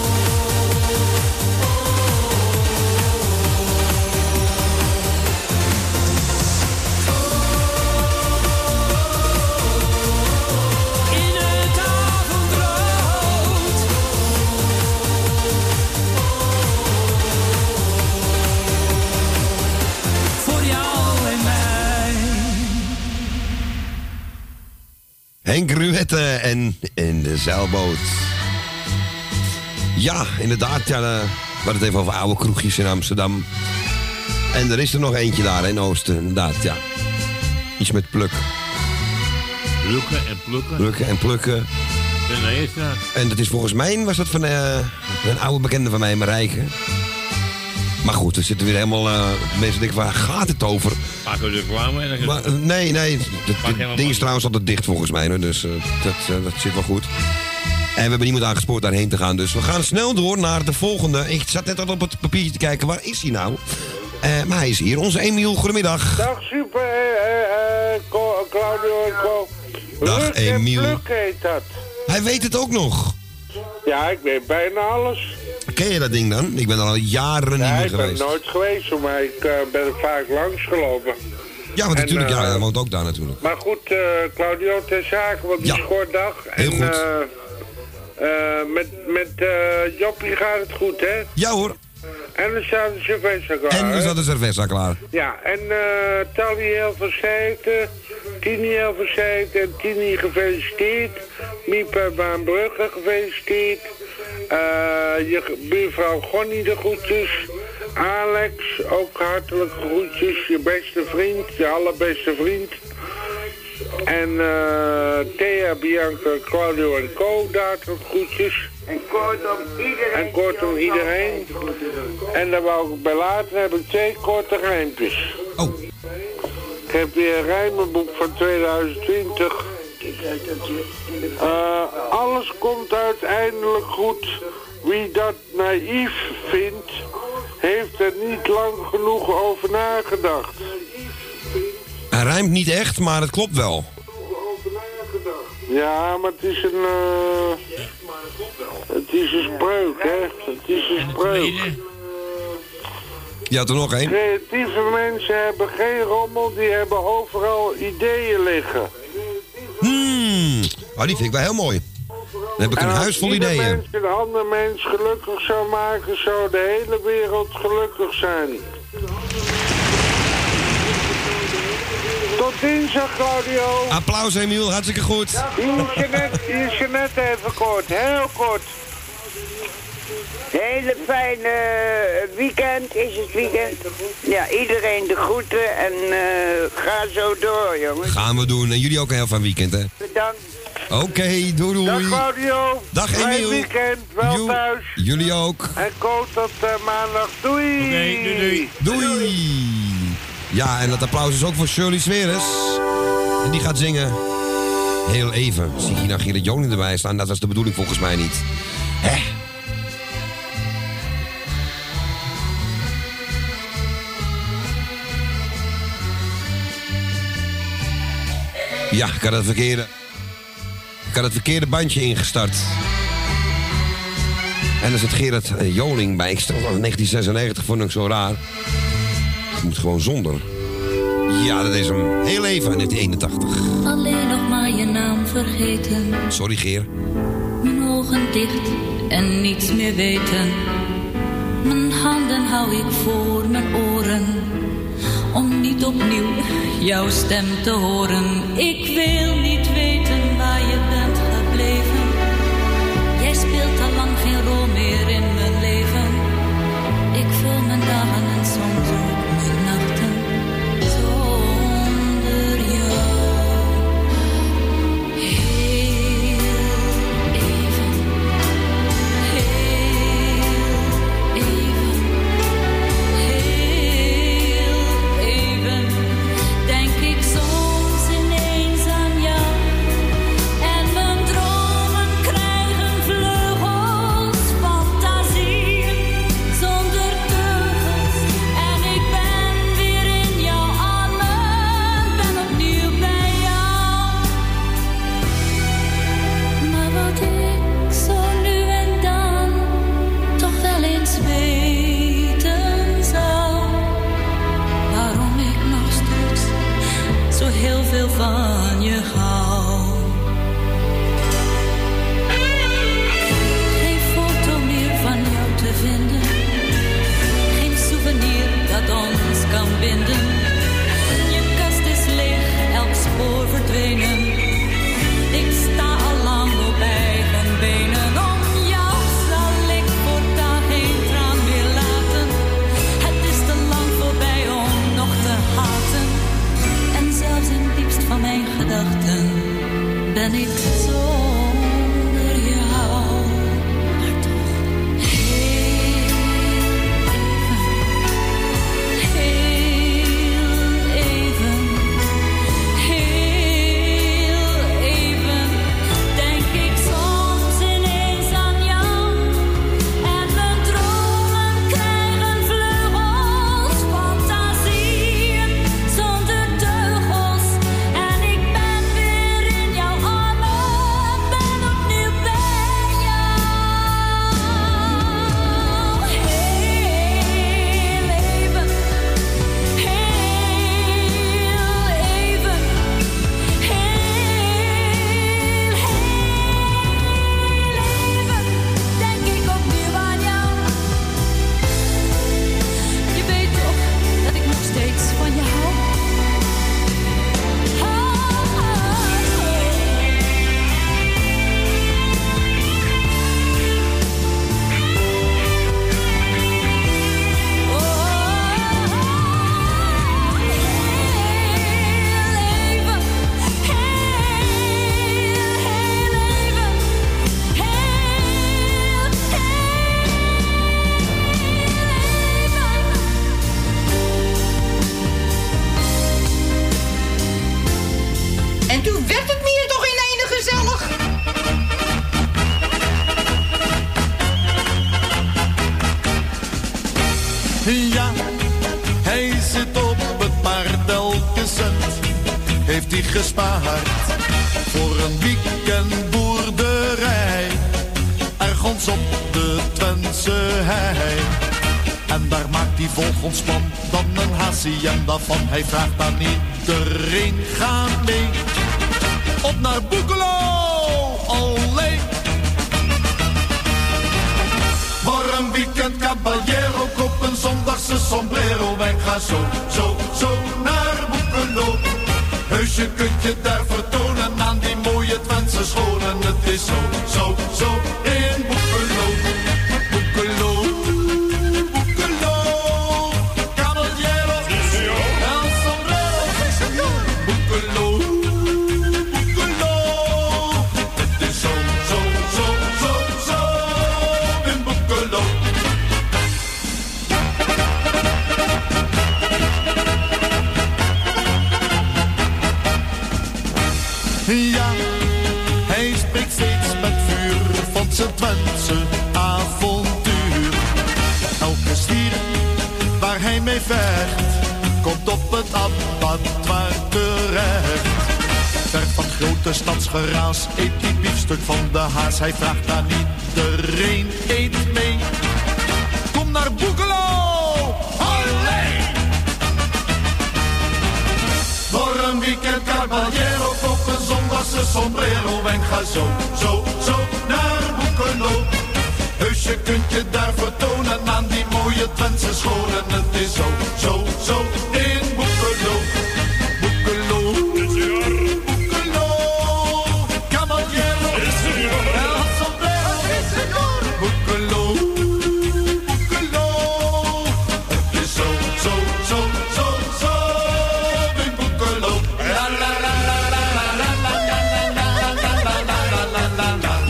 In het avondrood. Voor jou en mij. Henk Ruette en in de zeilboot. Ja, inderdaad. Ja, uh, we hadden het even over oude kroegjes in Amsterdam. En er is er nog eentje daar in Oosten, inderdaad, ja. Iets met pluk. Plukken en plukken. Plukken en plukken. En de eerste. En dat is volgens mij, was dat van uh, een oude bekende van mij, Marijke. Maar goed, er zitten weer helemaal uh, mensen denken, waar gaat het over? Pakken we de reclame en dan... Maar, uh, nee, nee, het helemaal ding is trouwens altijd dicht volgens mij, hoor, dus uh, dat, uh, dat zit wel goed. En we hebben niemand aangespoord daarheen te gaan, dus we gaan snel door naar de volgende. Ik zat net al op het papiertje te kijken, waar is hij nou? Uh, maar hij is hier, onze Emiel, goedemiddag. Dag super, eh, eh, Claudio en Co. Dag, Luk en Emiel. Pluk heet dat. Hij weet het ook nog. Ja, ik weet bijna alles. Ken je dat ding dan? Ik ben er al jaren niet Ja, meer ik ben geweest. nooit geweest, maar ik uh, ben er vaak langs gelopen. Ja, want En, natuurlijk, ja, eh, hij woont ook daar natuurlijk. Maar goed, uh, Claudio, ter zake, want die Ja. scoort dag. Heel en, goed. Uh, uh, met met uh, Joppie gaat het goed, hè? Ja hoor. En er staat de cerveza klaar. En er hè? zat de cerveza klaar. Ja, en uh, Tally heel verzekerd, Tini heel verzekerd en Tini gefeliciteerd. Miep uit Baanbrugge gefeliciteerd. Uh, je buurvrouw Gonnie de groetjes. Alex, ook hartelijke groetjes. Je beste vriend, je allerbeste vriend. En uh, Thea, Bianca, Claudio en Co, daar tot groetjes. En kortom iedereen. En kortom iedereen. En dan wou ik bij later heb ik twee korte rijmpjes. Oh. Ik heb weer een rijmenboek van tweeduizend twintig. Uh, alles komt uiteindelijk goed. Wie dat naïef vindt, heeft er niet lang genoeg over nagedacht. Hij rijmt niet echt, maar het klopt wel. Ja, maar het is een... Uh, het is een spreuk, hè. Het is een spreuk. Je had er nog één. Creatieve mensen hebben geen rommel, die hebben overal ideeën liggen. Hmm. Oh, die vind ik wel heel mooi. Dan heb ik een huis vol ideeën. Als ieder mens een ander mens gelukkig zou maken, zou de hele wereld gelukkig zijn. Tot dinsdag, Claudio. Applaus, Emiel. Hartstikke goed. Hier is je net, hier is je net even kort, heel kort. Hele fijne weekend is het weekend. Ja, iedereen de groeten en uh, ga zo door, jongens. Gaan we doen. En jullie ook een heel fijn weekend, hè? Bedankt. Oké, okay, doei doei. Dag Claudio. Dag Fijn Emiel. weekend, wel Jo- thuis. Jullie ook. En koop tot uh, maandag. Doei. Oké, doei, doei. Doei. Ja, en dat applaus is ook voor Shirley Sweres. En die gaat zingen. Heel even. Zie je nou Gerrit Joling erbij staan? Dat was de bedoeling volgens mij niet. Hè? Ja, ik had het verkeerde... Ik had het verkeerde bandje ingestart. En er zit Gerrit eh, Joling bij. Ik stel dat negentien zesennegentig vond ik zo raar. Het moet gewoon zonder. Ja, dat is hem. Heel even, net eenentachtig. Alleen nog maar je naam vergeten. Sorry, Geer. Mijn ogen dicht en niets meer weten. Mijn handen hou ik voor mijn oren. Om niet opnieuw jouw stem te horen. Ik wil niet weten waar je bent gebleven. Jij speelt al lang geen rol meer in mijn leven. Ik vul mijn dagen en soms ook mijn nachten zonder jou. Heel even, heel even, heel even denk ik soms ineens aan jou. En mijn dromen krijgen vleugels, fantasieën zonder teugels. En ik ben weer in jouw armen, ben opnieuw bij jou. Maar wat ik zo nu en dan toch wel eens weten zou, waarom ik nog steeds zo heel veel van je hou. Geen foto meer van jou te vinden, geen souvenir dat ons kan binden. Je kast is leeg, elk spoor verdwenen. Ik sta al lang op eigen benen. Om jou zal ik voortaan geen traan meer laten. Het is te lang voorbij om nog te haten. En zelfs in het diepst van mijn gedachten ben ik zonder jou. Maar toch heel even, heel even, heel even denk ik soms ineens aan jou. En mijn dromen krijgen vleugels, fantasieën zonder teugels. En ik ben weer in jouw armen, En toen werd het meer toch in ene gezellig. Ja, hij zit op het paard elke cent. Heeft hij gespaard voor een weekendboerderij. Ergens op de Twentse hei. En daar maakt hij volgens plan dan een hacienda van. Hij vraagt aan iedereen, ga mee. Op naar Boekelo, alleen. Voor een weekend caballero, koop een zondagse sombrero. En ga zo, zo, zo naar Boekelo. Heus je kunt je daar vertonen aan die mooie Twentse scholen. Het is zo, zo, zo in Boekelo. Boekelo, Boekelo. Caballero, el sombrero. Boekelo, Boekelo. Het is zo, zo, zo, zo, zo in Boekelo. Ja, hij spreekt steeds met vuur van zijn Twentse avontuur. Elke stier waar hij mee vecht, komt op het abattoir terecht. Ver van grote stadsgeraas eet die biefstuk van de haas. Hij vraagt aan iedereen, eet mee. Kom naar Boekelo, alleen! Voor een weekend caballero, koop een zondagse sombrero. En ga zo, zo, zo naar Boekelo. Heus je kunt je daar vertonen aan die mooie Twentse scholen. Het is zo, zo, zo in Boekelo. Boekelo, Boekelo. Caballero, el sombrero. Boekelo, Boekelo. Het is zo, zo, zo, zo, zo in Boekelo. La la la la la la la la la la la la la la la.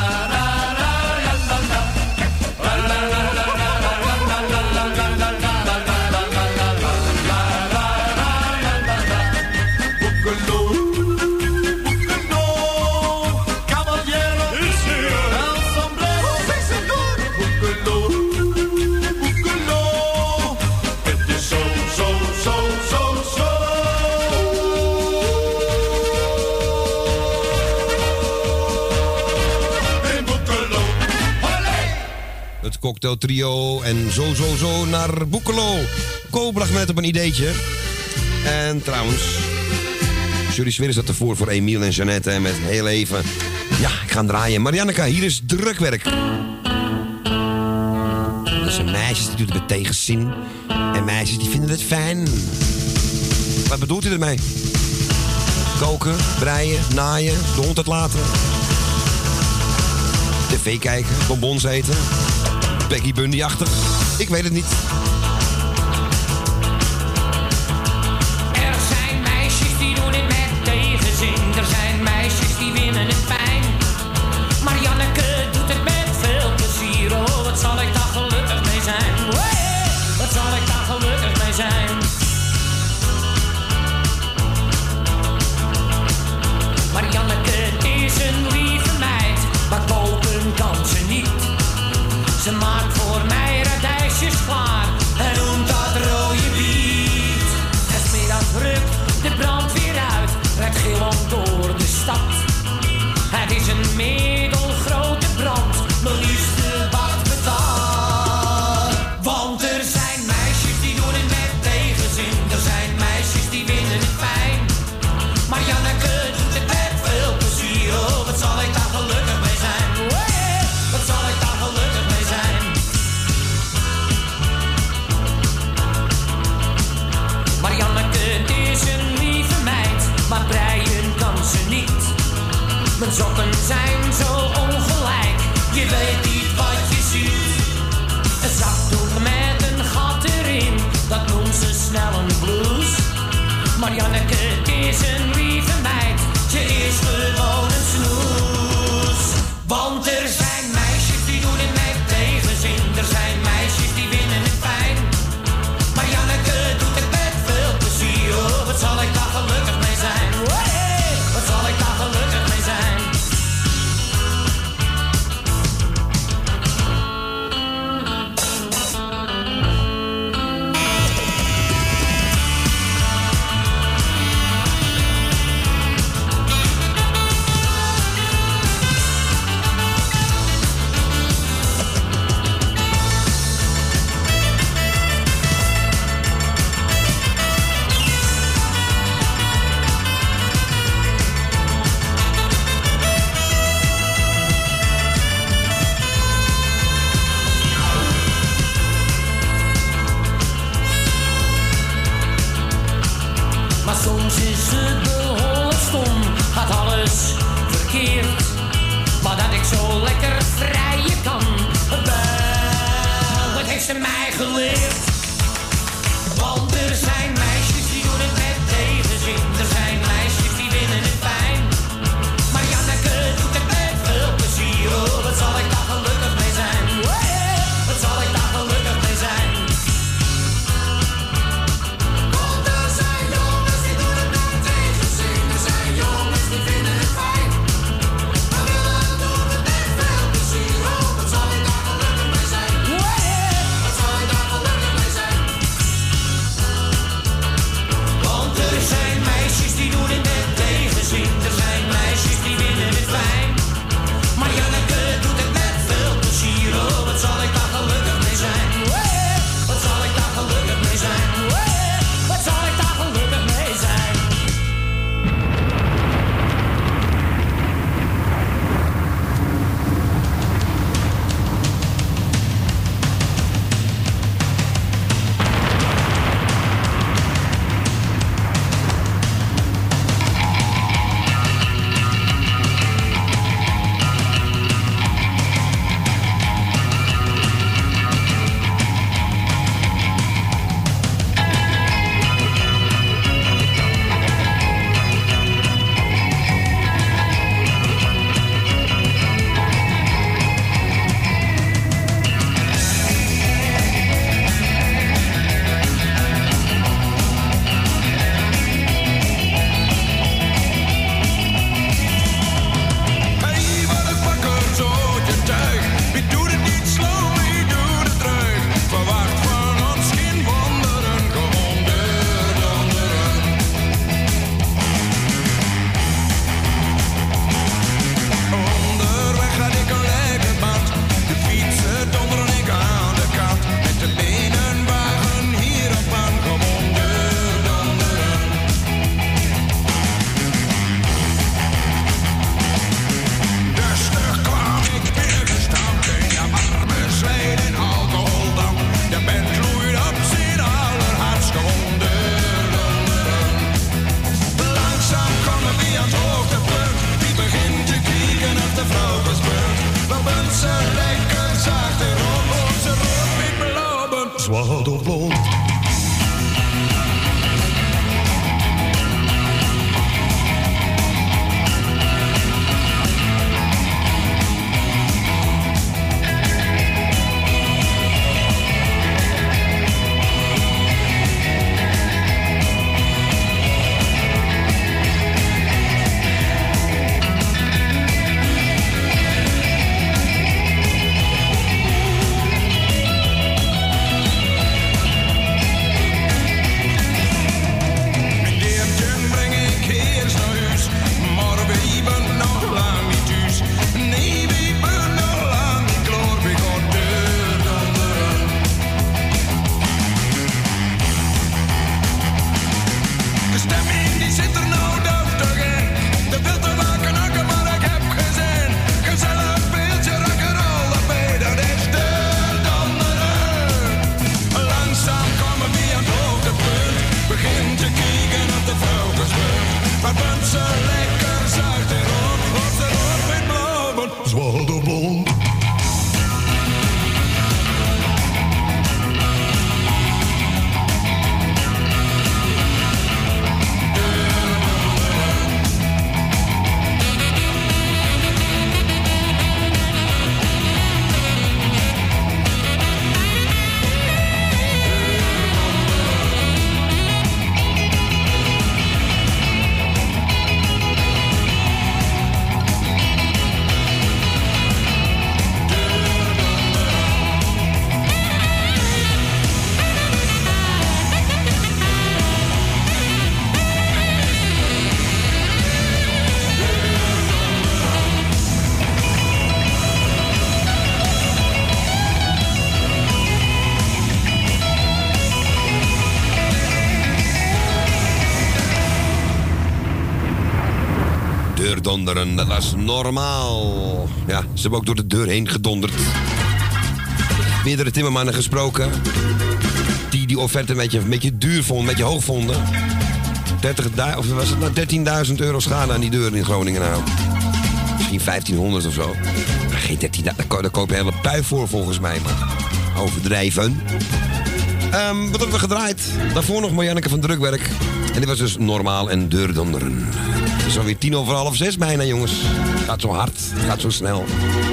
Het cocktailtrio en zo, zo, zo naar Boekelo. Ko bracht me net op een ideetje. En trouwens, jullie Sweer is dat ervoor voor Emiel en Jeannette. En met heel even, ja, ik ga draaien. Marianneke, hier is drukwerk. Dat zijn meisjes die doen het met tegenzin. En meisjes die vinden het fijn. Wat bedoelt u ermee? Koken, breien, naaien, de hond uitlaten. Tv kijken, bonbons eten. Peggy Bundy-achtig. Ik weet het niet. Er zijn meisjes die doen het met tegenzin. Er zijn meisjes die winnen het fijn. Maar Janneke doet het met veel plezier. Oh, wat zal ik daar gelukkig mee zijn. Hey, wat zal ik daar gelukkig mee zijn. Maar Janneke is een lieve meid. Maar koken kan ze niet. Ze maakt voor mij radijsjes klaar en noemt dat rode biet. En 's middags rukt de brandweer uit, rijdt gillend door de stad. Het is een middelgrote brand, mijn liefste wacht betaald. Want er zijn meisjes die doen het met tegenzin, er zijn meisjes die vinden het fijn. Maar Janneke doet het met veel plezier, oh wat zal ik daar gelukkig mee zijn. Hey, wat zal ik daar gelukkig mee zijn. Marianneke is een lieve meid, maar breien kan ze niet. Mijn sokken zijn zo ongelijk, je weet niet wat je ziet. Een zakdoek met een gat erin, dat noemt ze snel een blouse. Marianneke is een lieve meid, ze is gewoon een snoes. Want er zijn meisjes die doen het met tegenzin, er zijn meisjes die winnen het fijn. Marianneke doet het met veel plezier, oh wat zal ik daar gelukkig mee zijn. Hey, wat ze lekker zuid en op, op de dorp met bloemen. Zwaardebol. Donderen, dat was normaal. Ja, ze hebben ook door de deur heen gedonderd. Meerdere timmermannen gesproken. Die die offerte een beetje, een beetje duur vonden, een beetje hoog vonden. dertig, of was het nou dertienduizend euro schade aan die deur in Groningen nou. Misschien vijftienhonderd of zo. Maar geen dertienduizend, daar koop je een hele pui voor volgens mij, maar overdrijven. Um, wat hebben we gedraaid? Daarvoor nog Marianneke van Drukwerk. En dit was dus normaal en deurdonderen. Het is alweer tien over half zes bijna, jongens. Het gaat zo hard, het gaat zo snel.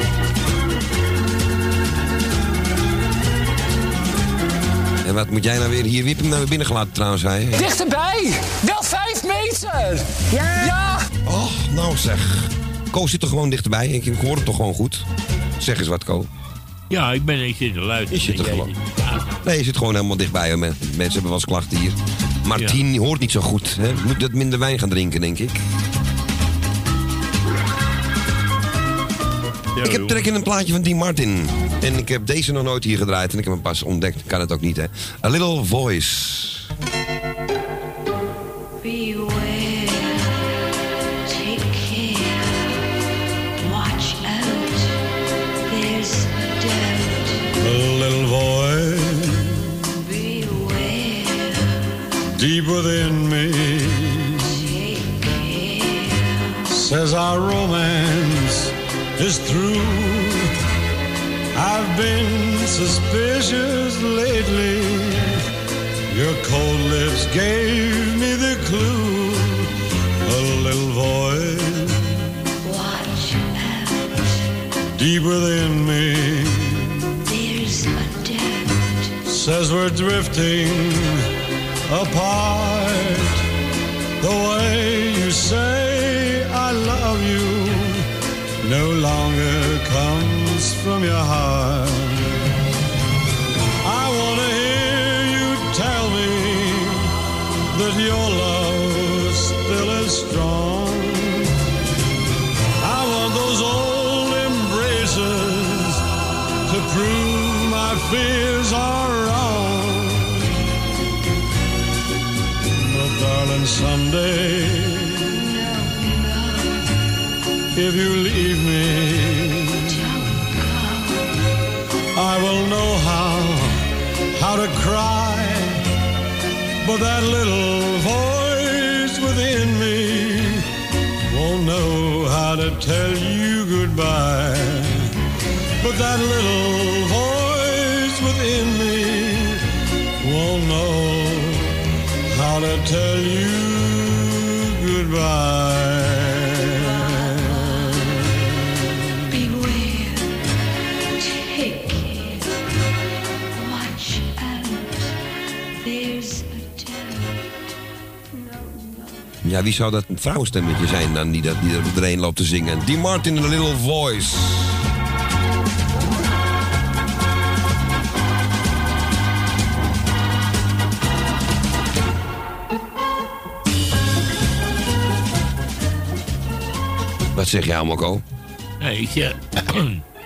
En wat moet jij nou weer hier wippen naar binnen gelaten trouwens, hè? Dichterbij! Wel vijf meter! Ja! Ja! Och, nou zeg. Ko zit toch gewoon dichterbij? Ik, ik hoor het toch gewoon goed? Zeg eens wat, Ko. Ja, ik ben ik zit te luisteren. Je zit er gewoon. Nee, je zit gewoon helemaal dichtbij. Hoor. Mensen hebben wel eens klachten hier. Maar ja. tien hoort niet zo goed. Hè? Moet dat minder wijn gaan drinken, denk ik. Ja, ik heb trek in een plaatje van Dean Martin. En ik heb deze nog nooit hier gedraaid. En ik heb hem pas ontdekt. Kan het ook niet, hè. A Little Voice. Deep within me says our romance is through. I've been suspicious lately. Your cold lips gave me the clue. A little voice, watch out. Deep within me, there's a doubt. Says we're drifting apart. The way you say I love you no longer comes from your heart. I want to hear you tell me that your love still is strong. I want those old embraces to prove my fears are wrong. Darling, someday, if you leave me, I will know how, how to cry. But that little voice within me won't know how to tell you goodbye. But that little voice within me won't know how to tell you goodbye. Beware, take care, watch out, there's a doubt. No, no. Ja, wie zou dat een vrouwenstemmetje zijn dan die, dat, die er doorheen loopt te zingen? Dean Martin in A Little Voice. Wat zeg jij allemaal, Ko? Nee, ik zeg... heel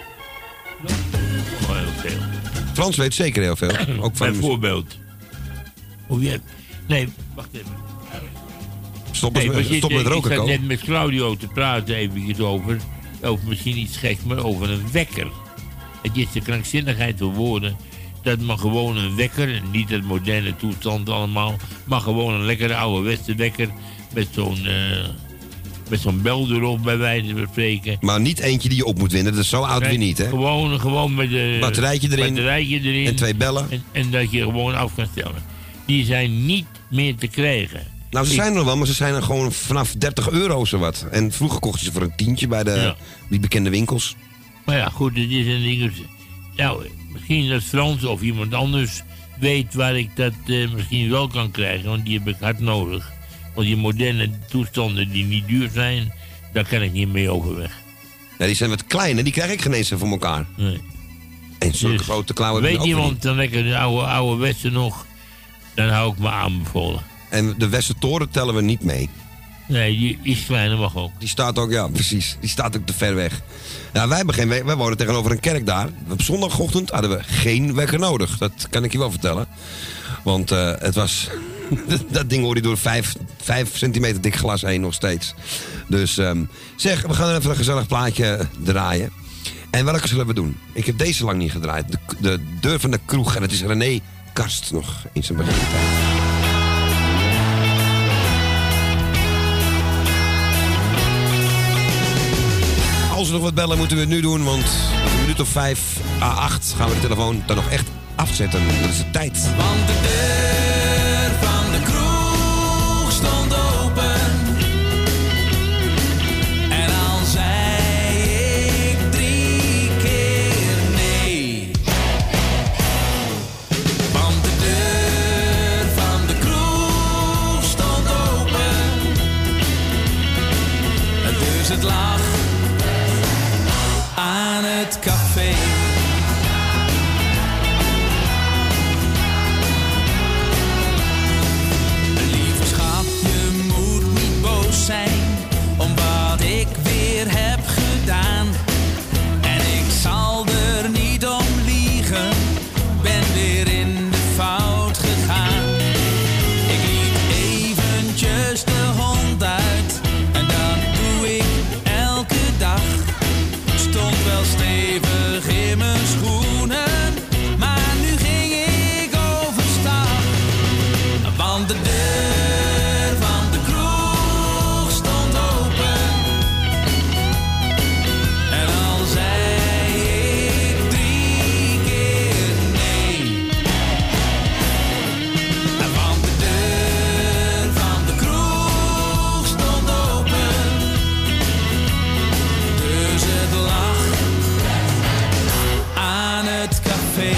veel. Frans weet zeker heel veel. Ook van bijvoorbeeld. Hoe je... Nee, wacht even. Stop, nee, met, stop met roken, Ik Ko. zat net met Claudio te praten eventjes over... Over misschien iets geks, maar over een wekker. Het is de krankzinnigheid van woorden... Dat maar gewoon een wekker, en niet het moderne toestand allemaal... maar gewoon een lekkere ouderwetse wekker... met zo'n... Uh, Met zo'n bel erop, bij wijze van spreken. Maar niet eentje die je op moet winnen, dat is zo oud Nee, weer niet, hè? Gewoon, gewoon met de Batterijtje erin. batterijtje erin. En twee bellen. En, en dat je gewoon af kan stellen. Die zijn niet meer te krijgen. Nou, ze Ik- zijn er wel, maar ze zijn er gewoon vanaf dertig euro zowat. En vroeger kocht je ze voor een tientje bij de Ja. die bekende winkels. Maar ja, goed, het is een ding. Nou, misschien dat Frans of iemand anders weet waar ik dat eh, misschien wel kan krijgen, want die heb ik hard nodig. Want die moderne toestanden die niet duur zijn, daar kan ik niet mee overweg. Ja, die zijn wat klein en die krijg ik geen eens voor elkaar. Nee. En zulke Dus grote klauwen heb ik weet ook weer iemand dan lekker de oude, oude Westen nog, dan hou ik me aanbevolen. En de Westertoren tellen we niet mee. Nee, die is kleiner mag ook. Die staat ook, ja, precies. Die staat ook te ver weg. Ja, wij, hebben geen, we- wij wonen tegenover een kerk daar. Op zondagochtend hadden we geen wekker nodig. Dat kan ik je wel vertellen. Want eh, het was... dat ding hoorde je door vijf, vijf centimeter dik glas heen nog steeds. Dus ehm, zeg, we gaan even een gezellig plaatje draaien. En welke zullen we doen? Ik heb deze lang niet gedraaid. De, de deur van de kroeg. En het is René Karst nog in zijn begintijd. Als we nog wat bellen, moeten we het nu doen. Want over een minuut of vijf à acht gaan we de telefoon dan nog echt afzetten. Dat is de tijd. Want de deur van de kroeg stond open. En al zei ik drie keer nee. Want de deur van de kroeg stond open. Dus het lag aan het café. Lieve schat, je moet niet boos zijn om wat ik weer heb gedaan. En ik zal er niet om liegen, ben weer in de fout gegaan. Ik liet eventjes de hond uit en dat doe ik elke dag. Stond wel stevig in mijn schoenen, maar nu ging ik overstag. Want de deur van de kroeg stond open. En al zei ik drie keer nee. Want de deur van de kroeg stond open. Dus het lag aan het café.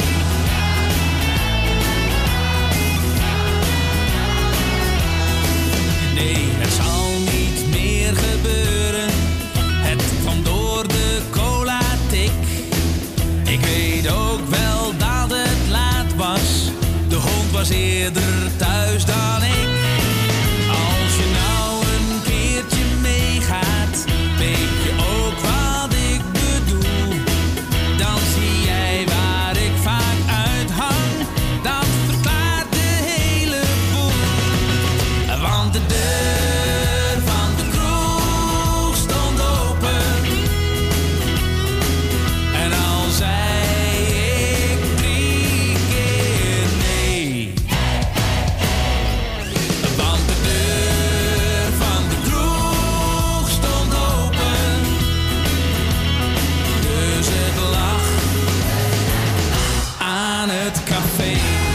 Nee, het zal niet meer gebeuren. Het kwam door de cola-tik. Ik weet ook wel dat het laat was. De hond was eerder thuis dan ik. Als je nou een keertje meegaat, weet je ook wat ik bedoel. Dan zie jij waar ik vaak uithang. Dat verklaart de hele boel. Want de deur van de kroeg stond open. En al zei ik drie keer nee. Want de deur van de kroeg stond open. Dus het lag aan het café.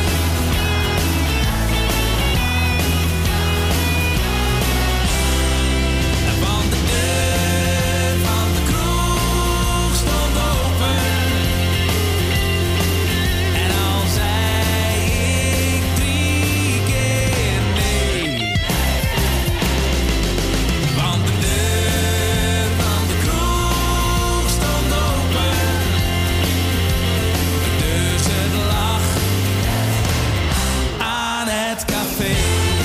Want de deur van de kroeg stond open. En al zei ik drie keer nee. Want de deur van de kroeg stond open. Dus het lag aan het café.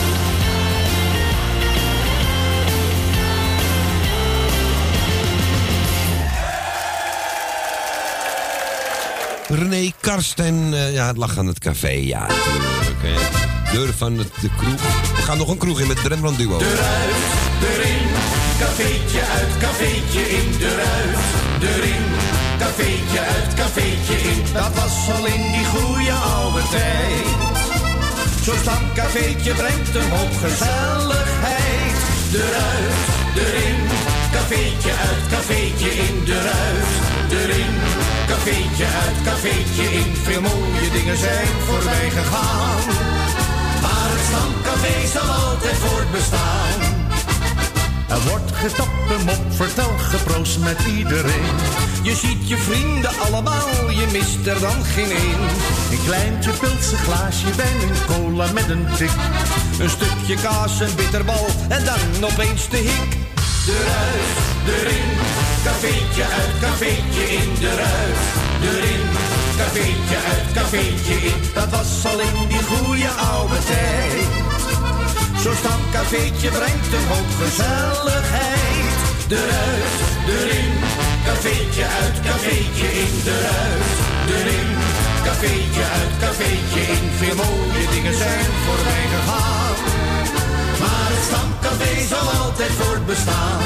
René Karst en eh, ja, het lag aan het café. Ja, natuurlijk. hè. Deur van de, de kroeg. We gaan nog een kroeg in met het Rembrandt Duo. Eruit, erin, cafeetje uit, cafeetje in. Eruit, erin, cafeetje uit, cafeetje in. Dat was al in die goede oude tijd. Zo'n stamcafeetje brengt een hoop gezelligheid. Eruit, erin. Cafeetje uit, cafeetje in de ruis. Erin, cafeetje uit, cafeetje in. Veel mooie dingen zijn voorbij gegaan. Maar het stamcafé zal altijd voortbestaan. Er wordt getapt, een mop, vertel, geproost met iedereen. Je ziet je vrienden allemaal, je mist er dan geen één. Een kleintje pilse glaasje wijn, een cola met een tik. Een stukje kaas, een bitterbal en dan opeens de hik. De ruis, erin, cafeetje uit, cafeetje in de ruis. Erin, cafeetje uit, cafeetje in. Dat was al in die goede oude tijd. Zo'n stamcafeetje brengt een hoop gezelligheid. De ruis, erin, cafeetje uit, cafeetje in de ruis. Erin, cafeetje uit, cafeetje in. Veel mooie dingen zijn voorbij gegaan. Maar het stamcafé zal altijd voortbestaan.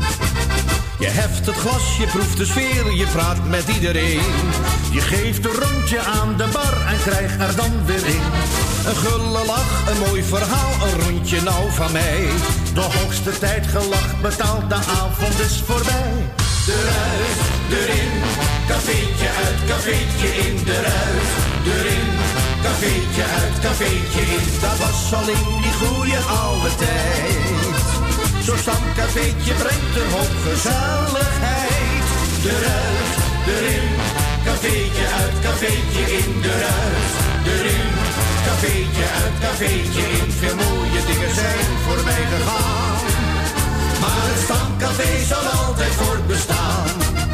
Je heft het glas, je proeft de sfeer, je praat met iedereen. Je geeft een rondje aan de bar en krijgt er dan weer in. Een gulle lach, een mooi verhaal, een rondje nou van mij. De hoogste tijd gelacht, betaald, de avond is voorbij. De ruis, erin, cafeetje uit, cafeetje in de ruis. Erin, cafeetje uit, cafeetje in. Dat was al in die goede oude tijd. Zo'n stamcafeetje brengt een hoop gezelligheid. De ruis, erin, cafeetje uit, cafeetje in de ruis. Erin, cafeetje uit, cafeetje in. Veel mooie dingen zijn voorbij gegaan. Maar het stamcafé zal altijd voortbestaan.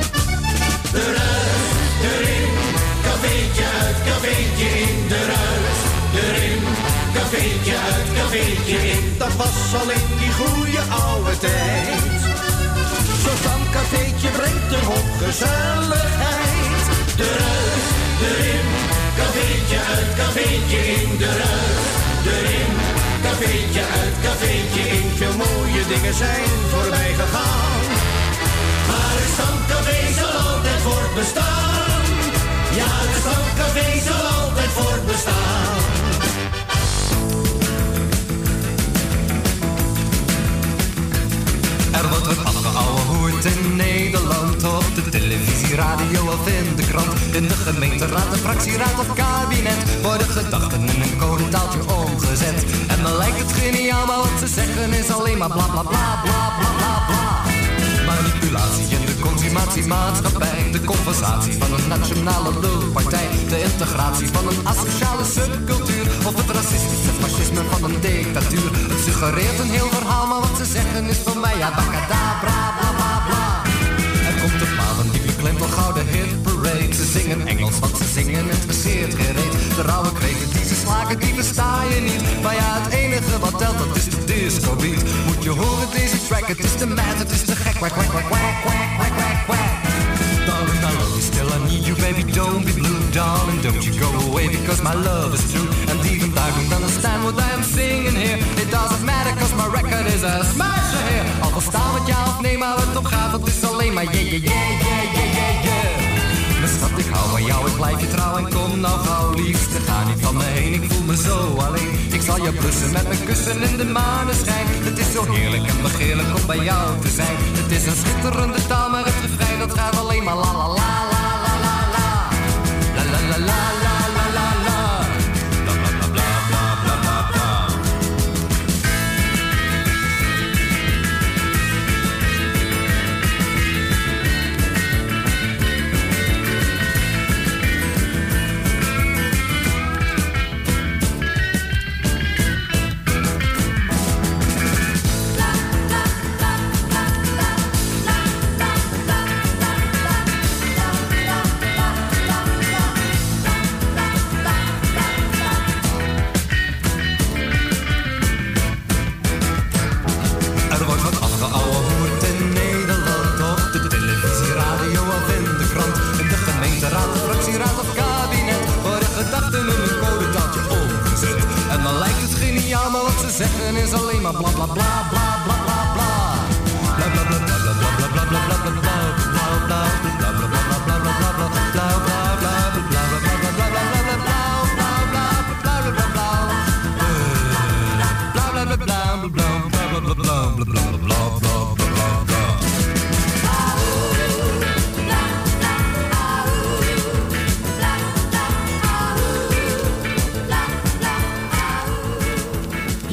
De ruis, erin, cafeetje uit, cafeetje in de ruis. Erin, cafeetje uit, cafeetje in. Dat was al in die goede oude tijd. Zo'n stamcafeetje brengt een hoop gezelligheid. De ruis, erin, cafeetje uit, cafeetje in de ruis. Erin, cafeetje uit, cafeetje in. Veel mooie dingen zijn voorbij gegaan. Maar het stamcafé zal altijd voortbestaan. Ja, het stamcafé zal altijd voortbestaan. Er wordt wat afgeouwehoerd in Nederland. Op de televisie, radio of in de krant. In de gemeenteraad, de fractieraad of kabinet worden gedachten in een codetaaltje omgezet. En dan lijkt het geniaal, maar wat ze zeggen is alleen maar bla bla bla bla bla bla bla. Manipulatie in de consumatiemaatschappij. De conversatie van een nationale lulpartij. De integratie van een asociale subcultuur. Of het racistische fascisme van een dictatuur. Het suggereert een heel verhaal, maar wat ze zeggen is voor mij abacadabra, bla bla bla. Er komt een maand een die beklemt al gouden hitparade. Ze zingen Engels, wat ze zingen interesseert geen reet. De rauwe kreten die ze slaken, die versta je niet. Maar ja, het enige wat telt, dat is de disco beat. Moet je horen deze track, het is de mad, het is de gek. Quack, quack, quack, quack, quack, quack, quack, quack. Darling, I love you still, I need you, baby, don't be blue. Darling, don't you go away, because my love is true. And even though I don't understand what I am singing here, it doesn't matter, cause my record is a smasher here. Al verstaan wat jou of nee, maar wat op gaat, dat is alleen maar yeah, yeah, yeah, yeah, yeah, yeah, yeah. Mijn schat, ik hou van jou, ik blijf je trouw en kom nou gauw liefste. Ga niet van me heen, ik voel me zo alleen. Ik zal je blussen met mijn kussen in de maneschijn. Het is zo heerlijk en begeerlijk om bij jou te zijn. Het is een schitterende taal, maar het refrein dat gaat alleen maar la la la la la la la. La la la la la la la la. Bla bla bla bla bla bla bla bla. Zeggen is alleen maar bla bla bla bla bla bla bla. Bla bla bla bla bla bla bla bla bla bla bla bla bla bla bla bla.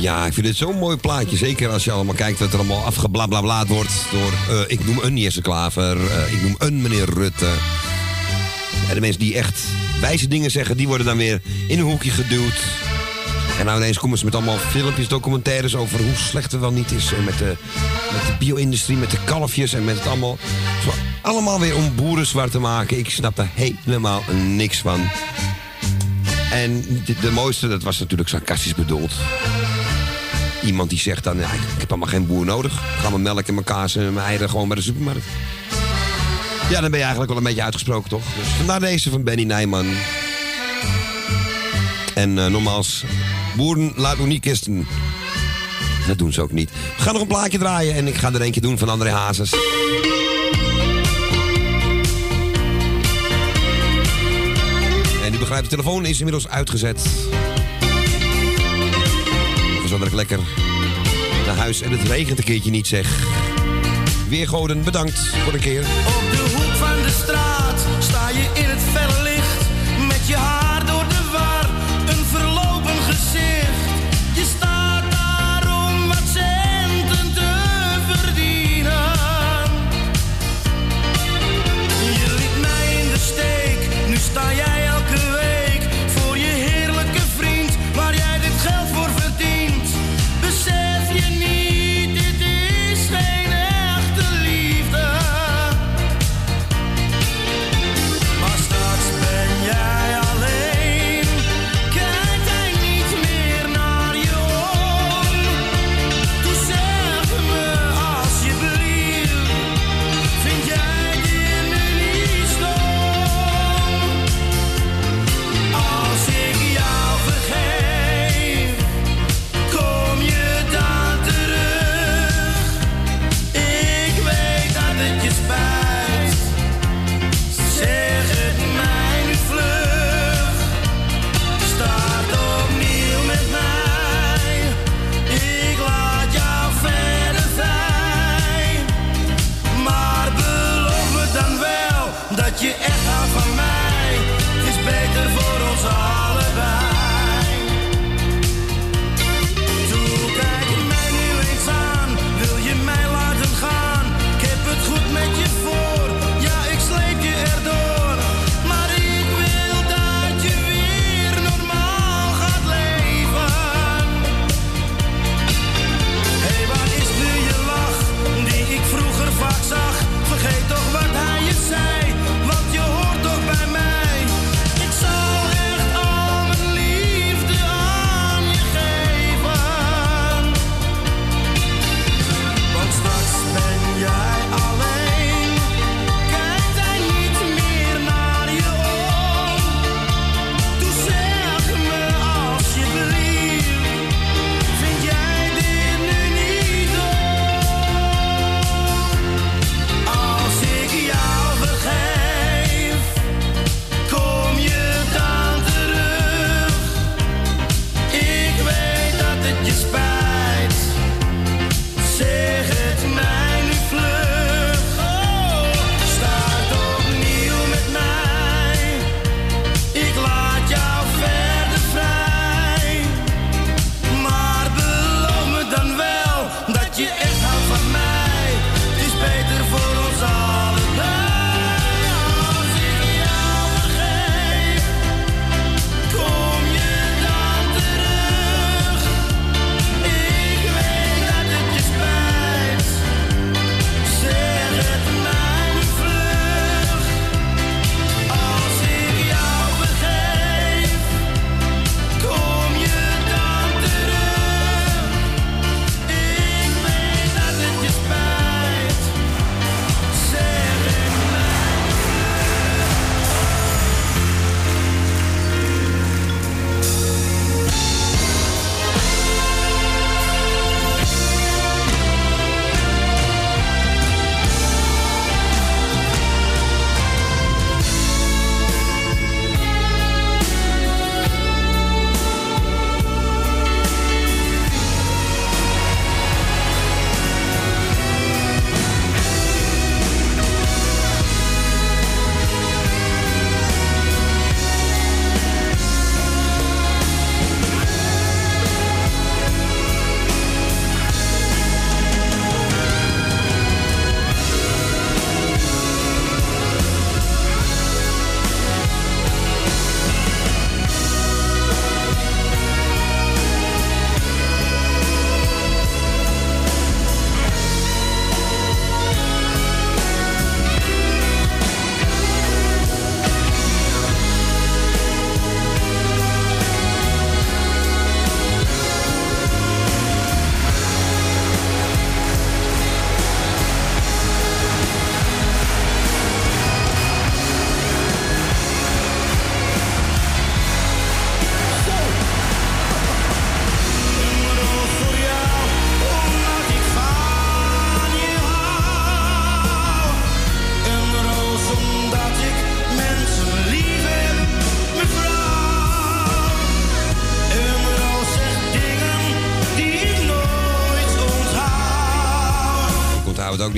Ja, ik vind dit zo'n mooi plaatje. Zeker als je allemaal kijkt wat er allemaal afgeblablablaad wordt door, uh, ik noem een Jesse Klaver, uh, ik noem een meneer Rutte. En de mensen die echt wijze dingen zeggen, die worden dan weer in een hoekje geduwd. En nou ineens komen ze met allemaal filmpjes, documentaires over hoe slecht het wel niet is. En met de, met de bio-industrie, met de kalfjes en met het allemaal. Zo, allemaal weer om boeren zwart te maken. Ik snap daar helemaal niks van. En de, de mooiste, dat was natuurlijk sarcastisch bedoeld. Iemand die zegt dan, ja, ik, ik heb allemaal geen boer nodig. Ik ga mijn melk en mijn kaas en mijn eieren gewoon bij de supermarkt. Ja, dan ben je eigenlijk wel een beetje uitgesproken, toch? Dus vandaar deze van Benny Nijman. En uh, nogmaals, boeren laat nog niet kisten. Dat doen ze ook niet. We gaan nog een plaatje draaien en ik ga er eentje doen van André Hazes. En die begrijpt, de telefoon is inmiddels uitgezet. We zijn lekker naar huis en het regent een keertje niet, zeg. Weergoden, bedankt voor de keer. Op de hoek van de straat sta je in het felle licht. Met je haar door de war, een verlopen gezicht. Je staat daar om wat centen te verdienen. Je liet mij in de steek, nu sta jij elke week voor je heerlijke vriend, waar jij dit geld voor verdient. Besef je niet, dit is geen echte liefde.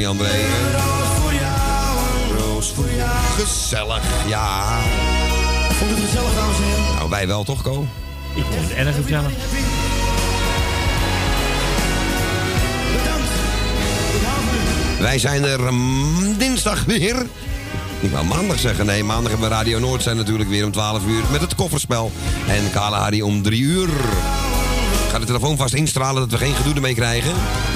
André. Roos voor jou. Gezellig, ja. Vond je het gezellig, dames en heren? Nou, wij wel toch, Ko? Ik vond het erg gezellig. Wij zijn er um, dinsdag weer. Ik wou maandag zeggen. Nee, maandag hebben we Radio Noord zijn natuurlijk weer om twaalf uur met het kofferspel. En Kale Harry om drie uur. Ik ga de telefoon vast instralen dat we geen gedoe ermee krijgen.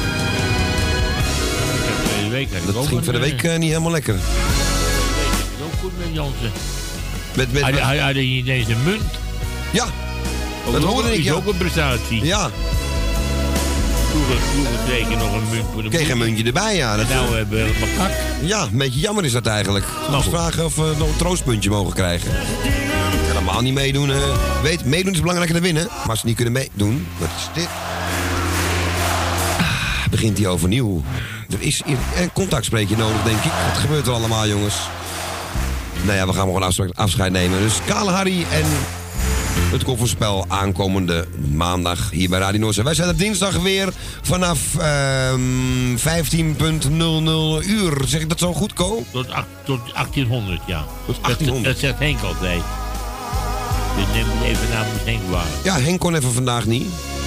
De week dat ging voor de week uh, niet helemaal lekker. De week is het ook goed met Jansen. Met, met, had, had, had je niet eens een munt? Ja, dat, dat hoorde ik. is ja. ook een prestatie. Ja. Vroeger, vroeger kreeg je nog een munt voor de Kreeg een muntje erbij, ja. Dat nou hebben we helemaal kak. Ja, een beetje jammer is dat eigenlijk. Ik mag vragen of we nog een troostpuntje mogen krijgen. Helemaal niet meedoen. Uh, weet, meedoen is belangrijker dan winnen. Maar als ze niet kunnen meedoen, wat is dit? Ah, begint hij overnieuw. Er is een contactspreekje nodig, denk ik. Wat gebeurt er allemaal, jongens? Nou ja, we gaan gewoon afscheid nemen. Dus Kale Harry en het kofferspel aankomende maandag hier bij Radio Noord. Wij zijn er dinsdag weer vanaf uh, vijftien nul nul uur. Zeg ik dat zo goed, Ko? Tot, tot achttienhonderd, ja. Tot achttienhonderd. Dat, dat zegt Henk altijd. Dus neem het even namens Henk waar. Ja, Henk kon even vandaag niet.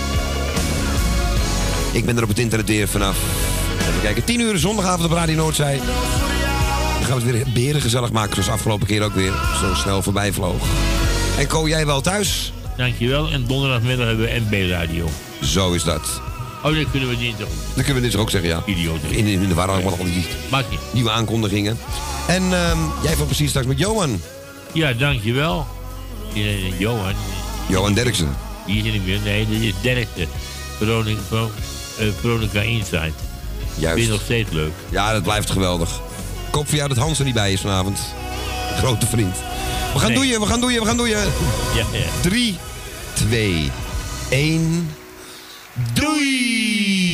Ik ben er op het internet weer vanaf. Even kijken, tien uur zondagavond op Radio Noordzij. Dan gaan we het weer beren gezellig maken, zoals afgelopen keer ook weer. Zo snel voorbij vloog. En Ko, jij wel thuis? Dankjewel. En donderdagmiddag hebben we N B Radio. Zo is dat. Oh, dat kunnen we dinsdag ook. Dat kunnen we dinsdag ook zeggen, ja. Idioot. In, in de war allemaal al die Maakt niet. nieuwe aankondigingen. En um, jij van precies straks met Johan. Ja, dankjewel. Johan. Johan Derksen. Die is er niet meer. Nee, dit is Derksen. Veronica, uh, Veronica Inside. Juist. Vind je nog steeds leuk. Ja, dat blijft geweldig. Ik hoop voor jou dat Hans er niet bij is vanavond. Grote vriend. We gaan nee. doeien, we gaan doeien, we gaan doeien. Ja, ja. drie, twee, één. Doei!